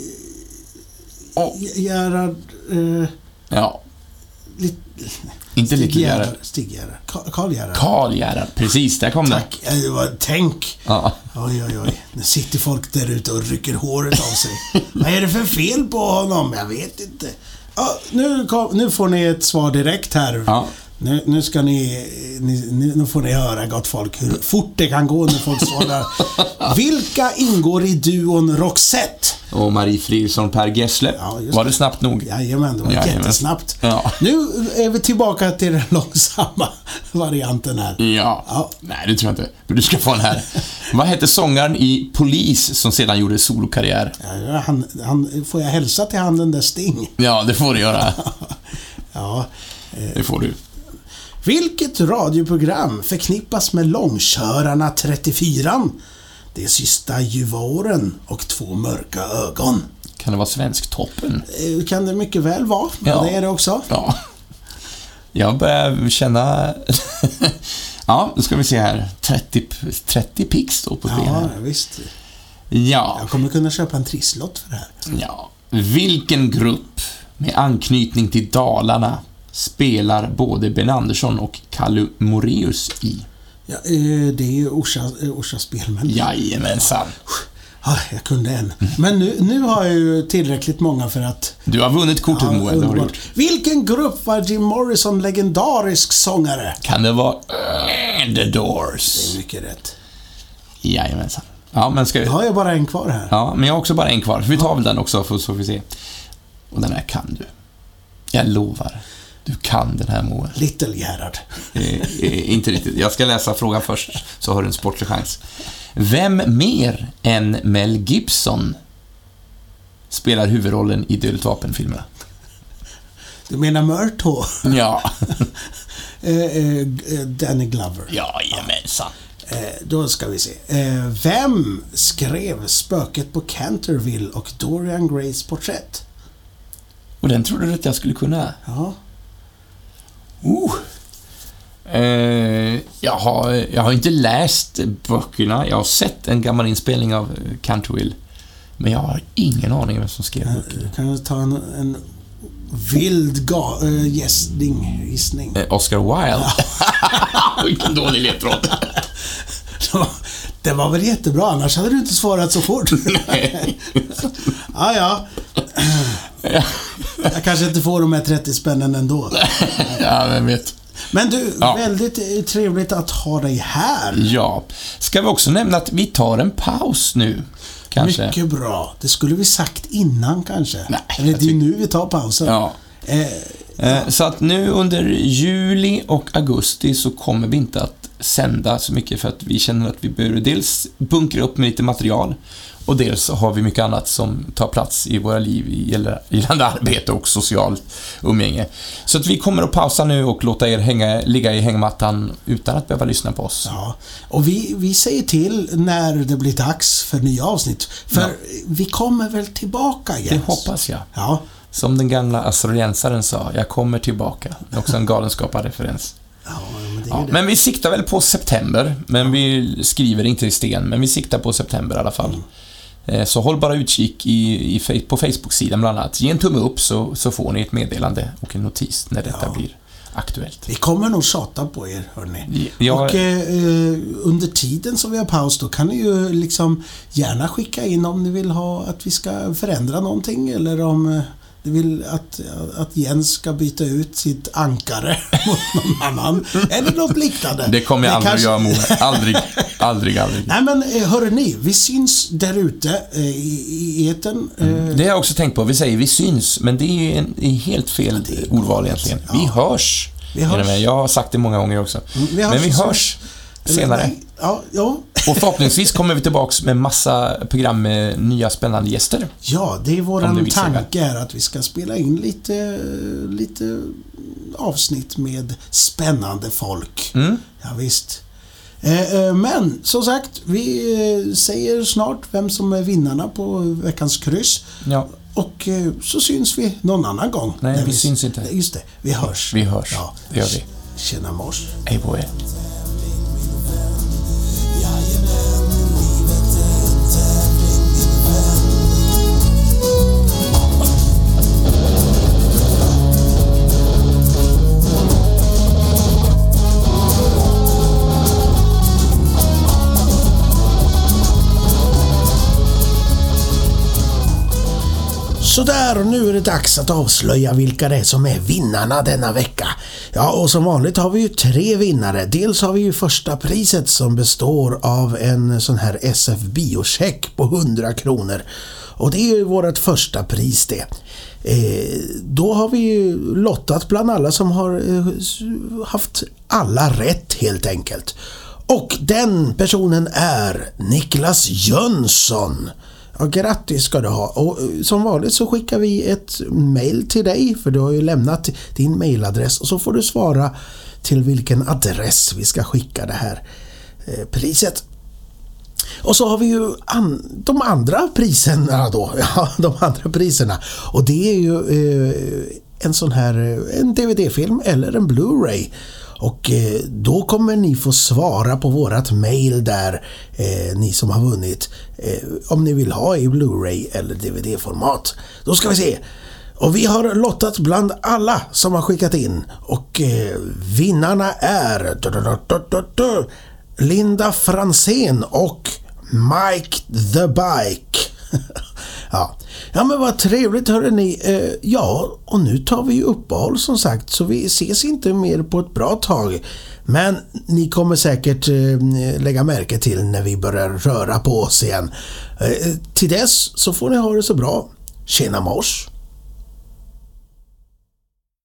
B: Oh.
A: Gerhard... Eh,
B: Ja.
A: lit,
B: Inte
A: Stig
B: lite Gerhard.
A: Gerhard. Stig Gerhard. Ka- Karl Gerhard.
B: Karl Gerhard. Precis, där kom
A: Tack. Ja, det var, tänk.
B: Ja.
A: Oj, oj, oj. Nu sitter folk där ute och rycker håret av sig. Vad är det för fel på honom? Jag vet inte. Ja, nu, kom, nu får ni ett svar direkt här.
B: Ja.
A: Nu, nu ska ni, ni... Nu får ni höra, gott folk, hur fort det kan gå när folk svarar. Vilka ingår i duon Roxette?
B: Och Marie Fridsson, Per Gessle.
A: Ja, just
B: var
A: det.
B: det snabbt nog?
A: Jajamän, det var
B: Jajamän.
A: jättesnabbt.
B: Ja.
A: Nu är vi tillbaka till den långsamma varianten här.
B: Ja.
A: Ja.
B: Nej, det tror jag inte. Men du ska få den här. Vad hette sångaren i Police som sedan gjorde solokarriär?
A: Ja, han, han, får jag hälsa till han den där Sting?
B: Ja, det får du göra.
A: Ja.
B: Det får du.
A: Vilket radioprogram förknippas med Långkörarna trettiofyra? Det är sista ljuva åren och två mörka ögon.
B: Kan det vara Svensktoppen?
A: Eh, Kan det mycket väl vara.
B: Ja.
A: Det är det också.
B: Ja. Jag börjar känna... Ja, då ska vi se här. trettio, trettio pix står på spel
A: Ja,
B: här.
A: visst.
B: Ja.
A: Jag kommer kunna köpa en trisslott för det här.
B: Ja. Vilken grupp med anknytning till Dalarna spelar både Ben Andersson och Kalle Moraeus i?
A: Ja, eh, det är ju Orsa, eh, Orsa Spelmän.
B: Jajamensan.
A: Ja, jag kunde en. Men nu, nu har jag ju tillräckligt många för att...
B: Du har vunnit kortet,
A: Ja,
B: Moe, det har du
A: underbart.
B: gjort.
A: Vilken grupp var Jim Morrison legendarisk sångare?
B: Kan det vara uh, The Doors?
A: Det är mycket rätt.
B: Jajamensan. Ja, men ska vi...
A: Jag har ju bara en kvar här.
B: Ja, men jag har också bara en kvar. Vi tar väl den också för så får vi se. Och den här kan du. Jag lovar. Du kan den här, Moe.
A: Little Gerhard.
B: Eh, eh, inte riktigt. Jag ska läsa frågan först, så har du en sportlig chans. Vem mer än Mel Gibson spelar huvudrollen i Dödligt vapen-filmerna?
A: Du menar Murtaugh?
B: Ja.
A: eh, eh, Danny Glover.
B: Jajamensan.
A: Eh, då ska vi se. Eh, vem skrev Spöket på Canterville och Dorian Grays porträtt?
B: Och den trodde du att jag skulle kunna?
A: Ja.
B: Uh. Eh, jag, har, jag har inte läst böckerna. Jag har sett en gammal inspelning av Canterville. Men jag har ingen aning om vem som skrev böckerna.
A: Du kan ta en, en vild ga- äh, gissning. gissning.
B: Eh, Oscar Wilde. Vilken dålig ledtråd.
A: Det var väl jättebra, annars hade du inte svarat så fort.
B: Nej.
A: Ja, ja. Jag kanske inte får de här trettio spännen ändå.
B: Ja, vem vet.
A: Men du,
B: Ja.
A: väldigt trevligt att ha dig här.
B: Ja. Ska vi också nämna att vi tar en paus nu? Kanske.
A: Mycket bra. Det skulle vi sagt innan kanske.
B: Nej,
A: Eller
B: jag
A: det är
B: tycker-
A: nu vi tar pausen.
B: Ja.
A: Eh,
B: Eh, Så att nu under juli och augusti så kommer vi inte att sända så mycket för att vi känner att vi behöver dels bunkra upp med lite material och dels har vi mycket annat som tar plats i våra liv i gällande arbete och socialt umgänge. Så att vi kommer att pausa nu och låta er hänga, ligga i hängmattan utan att behöva lyssna på oss.
A: Ja, och vi, vi säger till när det blir dags för nya avsnitt. För ja. vi kommer väl tillbaka igen.
B: Det hoppas jag.
A: Ja.
B: Som den gamla australiensaren sa, jag kommer tillbaka. Det är också en galenskapad-referens.
A: Ja, men, det är
B: ja,
A: det.
B: men vi siktar väl på september. Men vi skriver inte i sten. Men vi siktar på september i alla fall. Mm. Så håll bara utkik i, i, på Facebook-sidan bland annat. Ge en tumme upp så, så får ni ett meddelande och en notis när detta ja. blir aktuellt.
A: Vi kommer nog tjata på er, hörni.
B: Ja,
A: och eh, under tiden som vi har paus då kan ni ju liksom gärna skicka in om ni vill ha att vi ska förändra någonting eller om eh, ni vill att, att Jens ska byta ut sitt ankare mot någon annan eller något liknande.
B: Det kommer jag
A: det
B: aldrig
A: kanske...
B: göra mot. Aldrig, aldrig, aldrig.
A: Nej men hörni, vi syns där ute eh, i, i eten. Eh...
B: Mm. Det har jag också tänkt på. Vi säger vi syns, men det är, en, det är helt fel ja, är ordval egentligen. Ja. Vi hörs. Vi hörs. Jag har sagt det många gånger också. Mm, vi men vi hörs senare. Eller,
A: ja, ja.
B: Och förhoppningsvis kommer vi tillbaka med massa program med nya spännande gäster.
A: Ja, det är våran tanke är att vi ska spela in lite, lite avsnitt med spännande folk.
B: Mm.
A: Ja, visst. Men som sagt, vi säger snart vem som är vinnarna på veckans kryss.
B: Ja.
A: Och så syns vi någon annan gång.
B: Nej, vi,
A: vi
B: syns inte.
A: Just det, vi hörs.
B: Vi hörs,
A: ja.
B: det gör vi.
A: Tjena mors.
B: Hej på er.
A: Så där, nu är det dags att avslöja vilka det är som är vinnarna denna vecka. Ja, och som vanligt har vi ju tre vinnare. Dels har vi ju första priset som består av en sån här S F Biocheck på hundra kronor. Och det är ju vårt första pris det. Eh, då har vi ju lottat bland alla som har eh, haft alla rätt helt enkelt. Och den personen är Niklas Jönsson. Ja, grattis ska du ha. Och som vanligt så skickar vi ett mail till dig, för du har ju lämnat din mailadress, och så får du svara till vilken adress vi ska skicka det här eh, priset. Och så har vi ju an- de andra priserna då. Ja, de andra priserna. Och det är ju eh, en sån här en D V D-film eller en Blu-ray. Och eh, då kommer ni få svara på vårat mail där, eh, ni som har vunnit, eh, om ni vill ha i Blu-ray eller D V D-format. Då ska vi se. Och vi har lottat bland alla som har skickat in. Och eh, vinnarna är du, du, du, du, du, Linda Fransén och Mike the Bike. Ja. Ja, men vad trevligt, hörde ni. Eh, ja, och nu tar vi ju uppehåll som sagt, så vi ses inte mer på ett bra tag. Men ni kommer säkert eh, lägga märke till när vi börjar röra på oss igen. Eh, till dess så får ni ha det så bra. Tjena mors!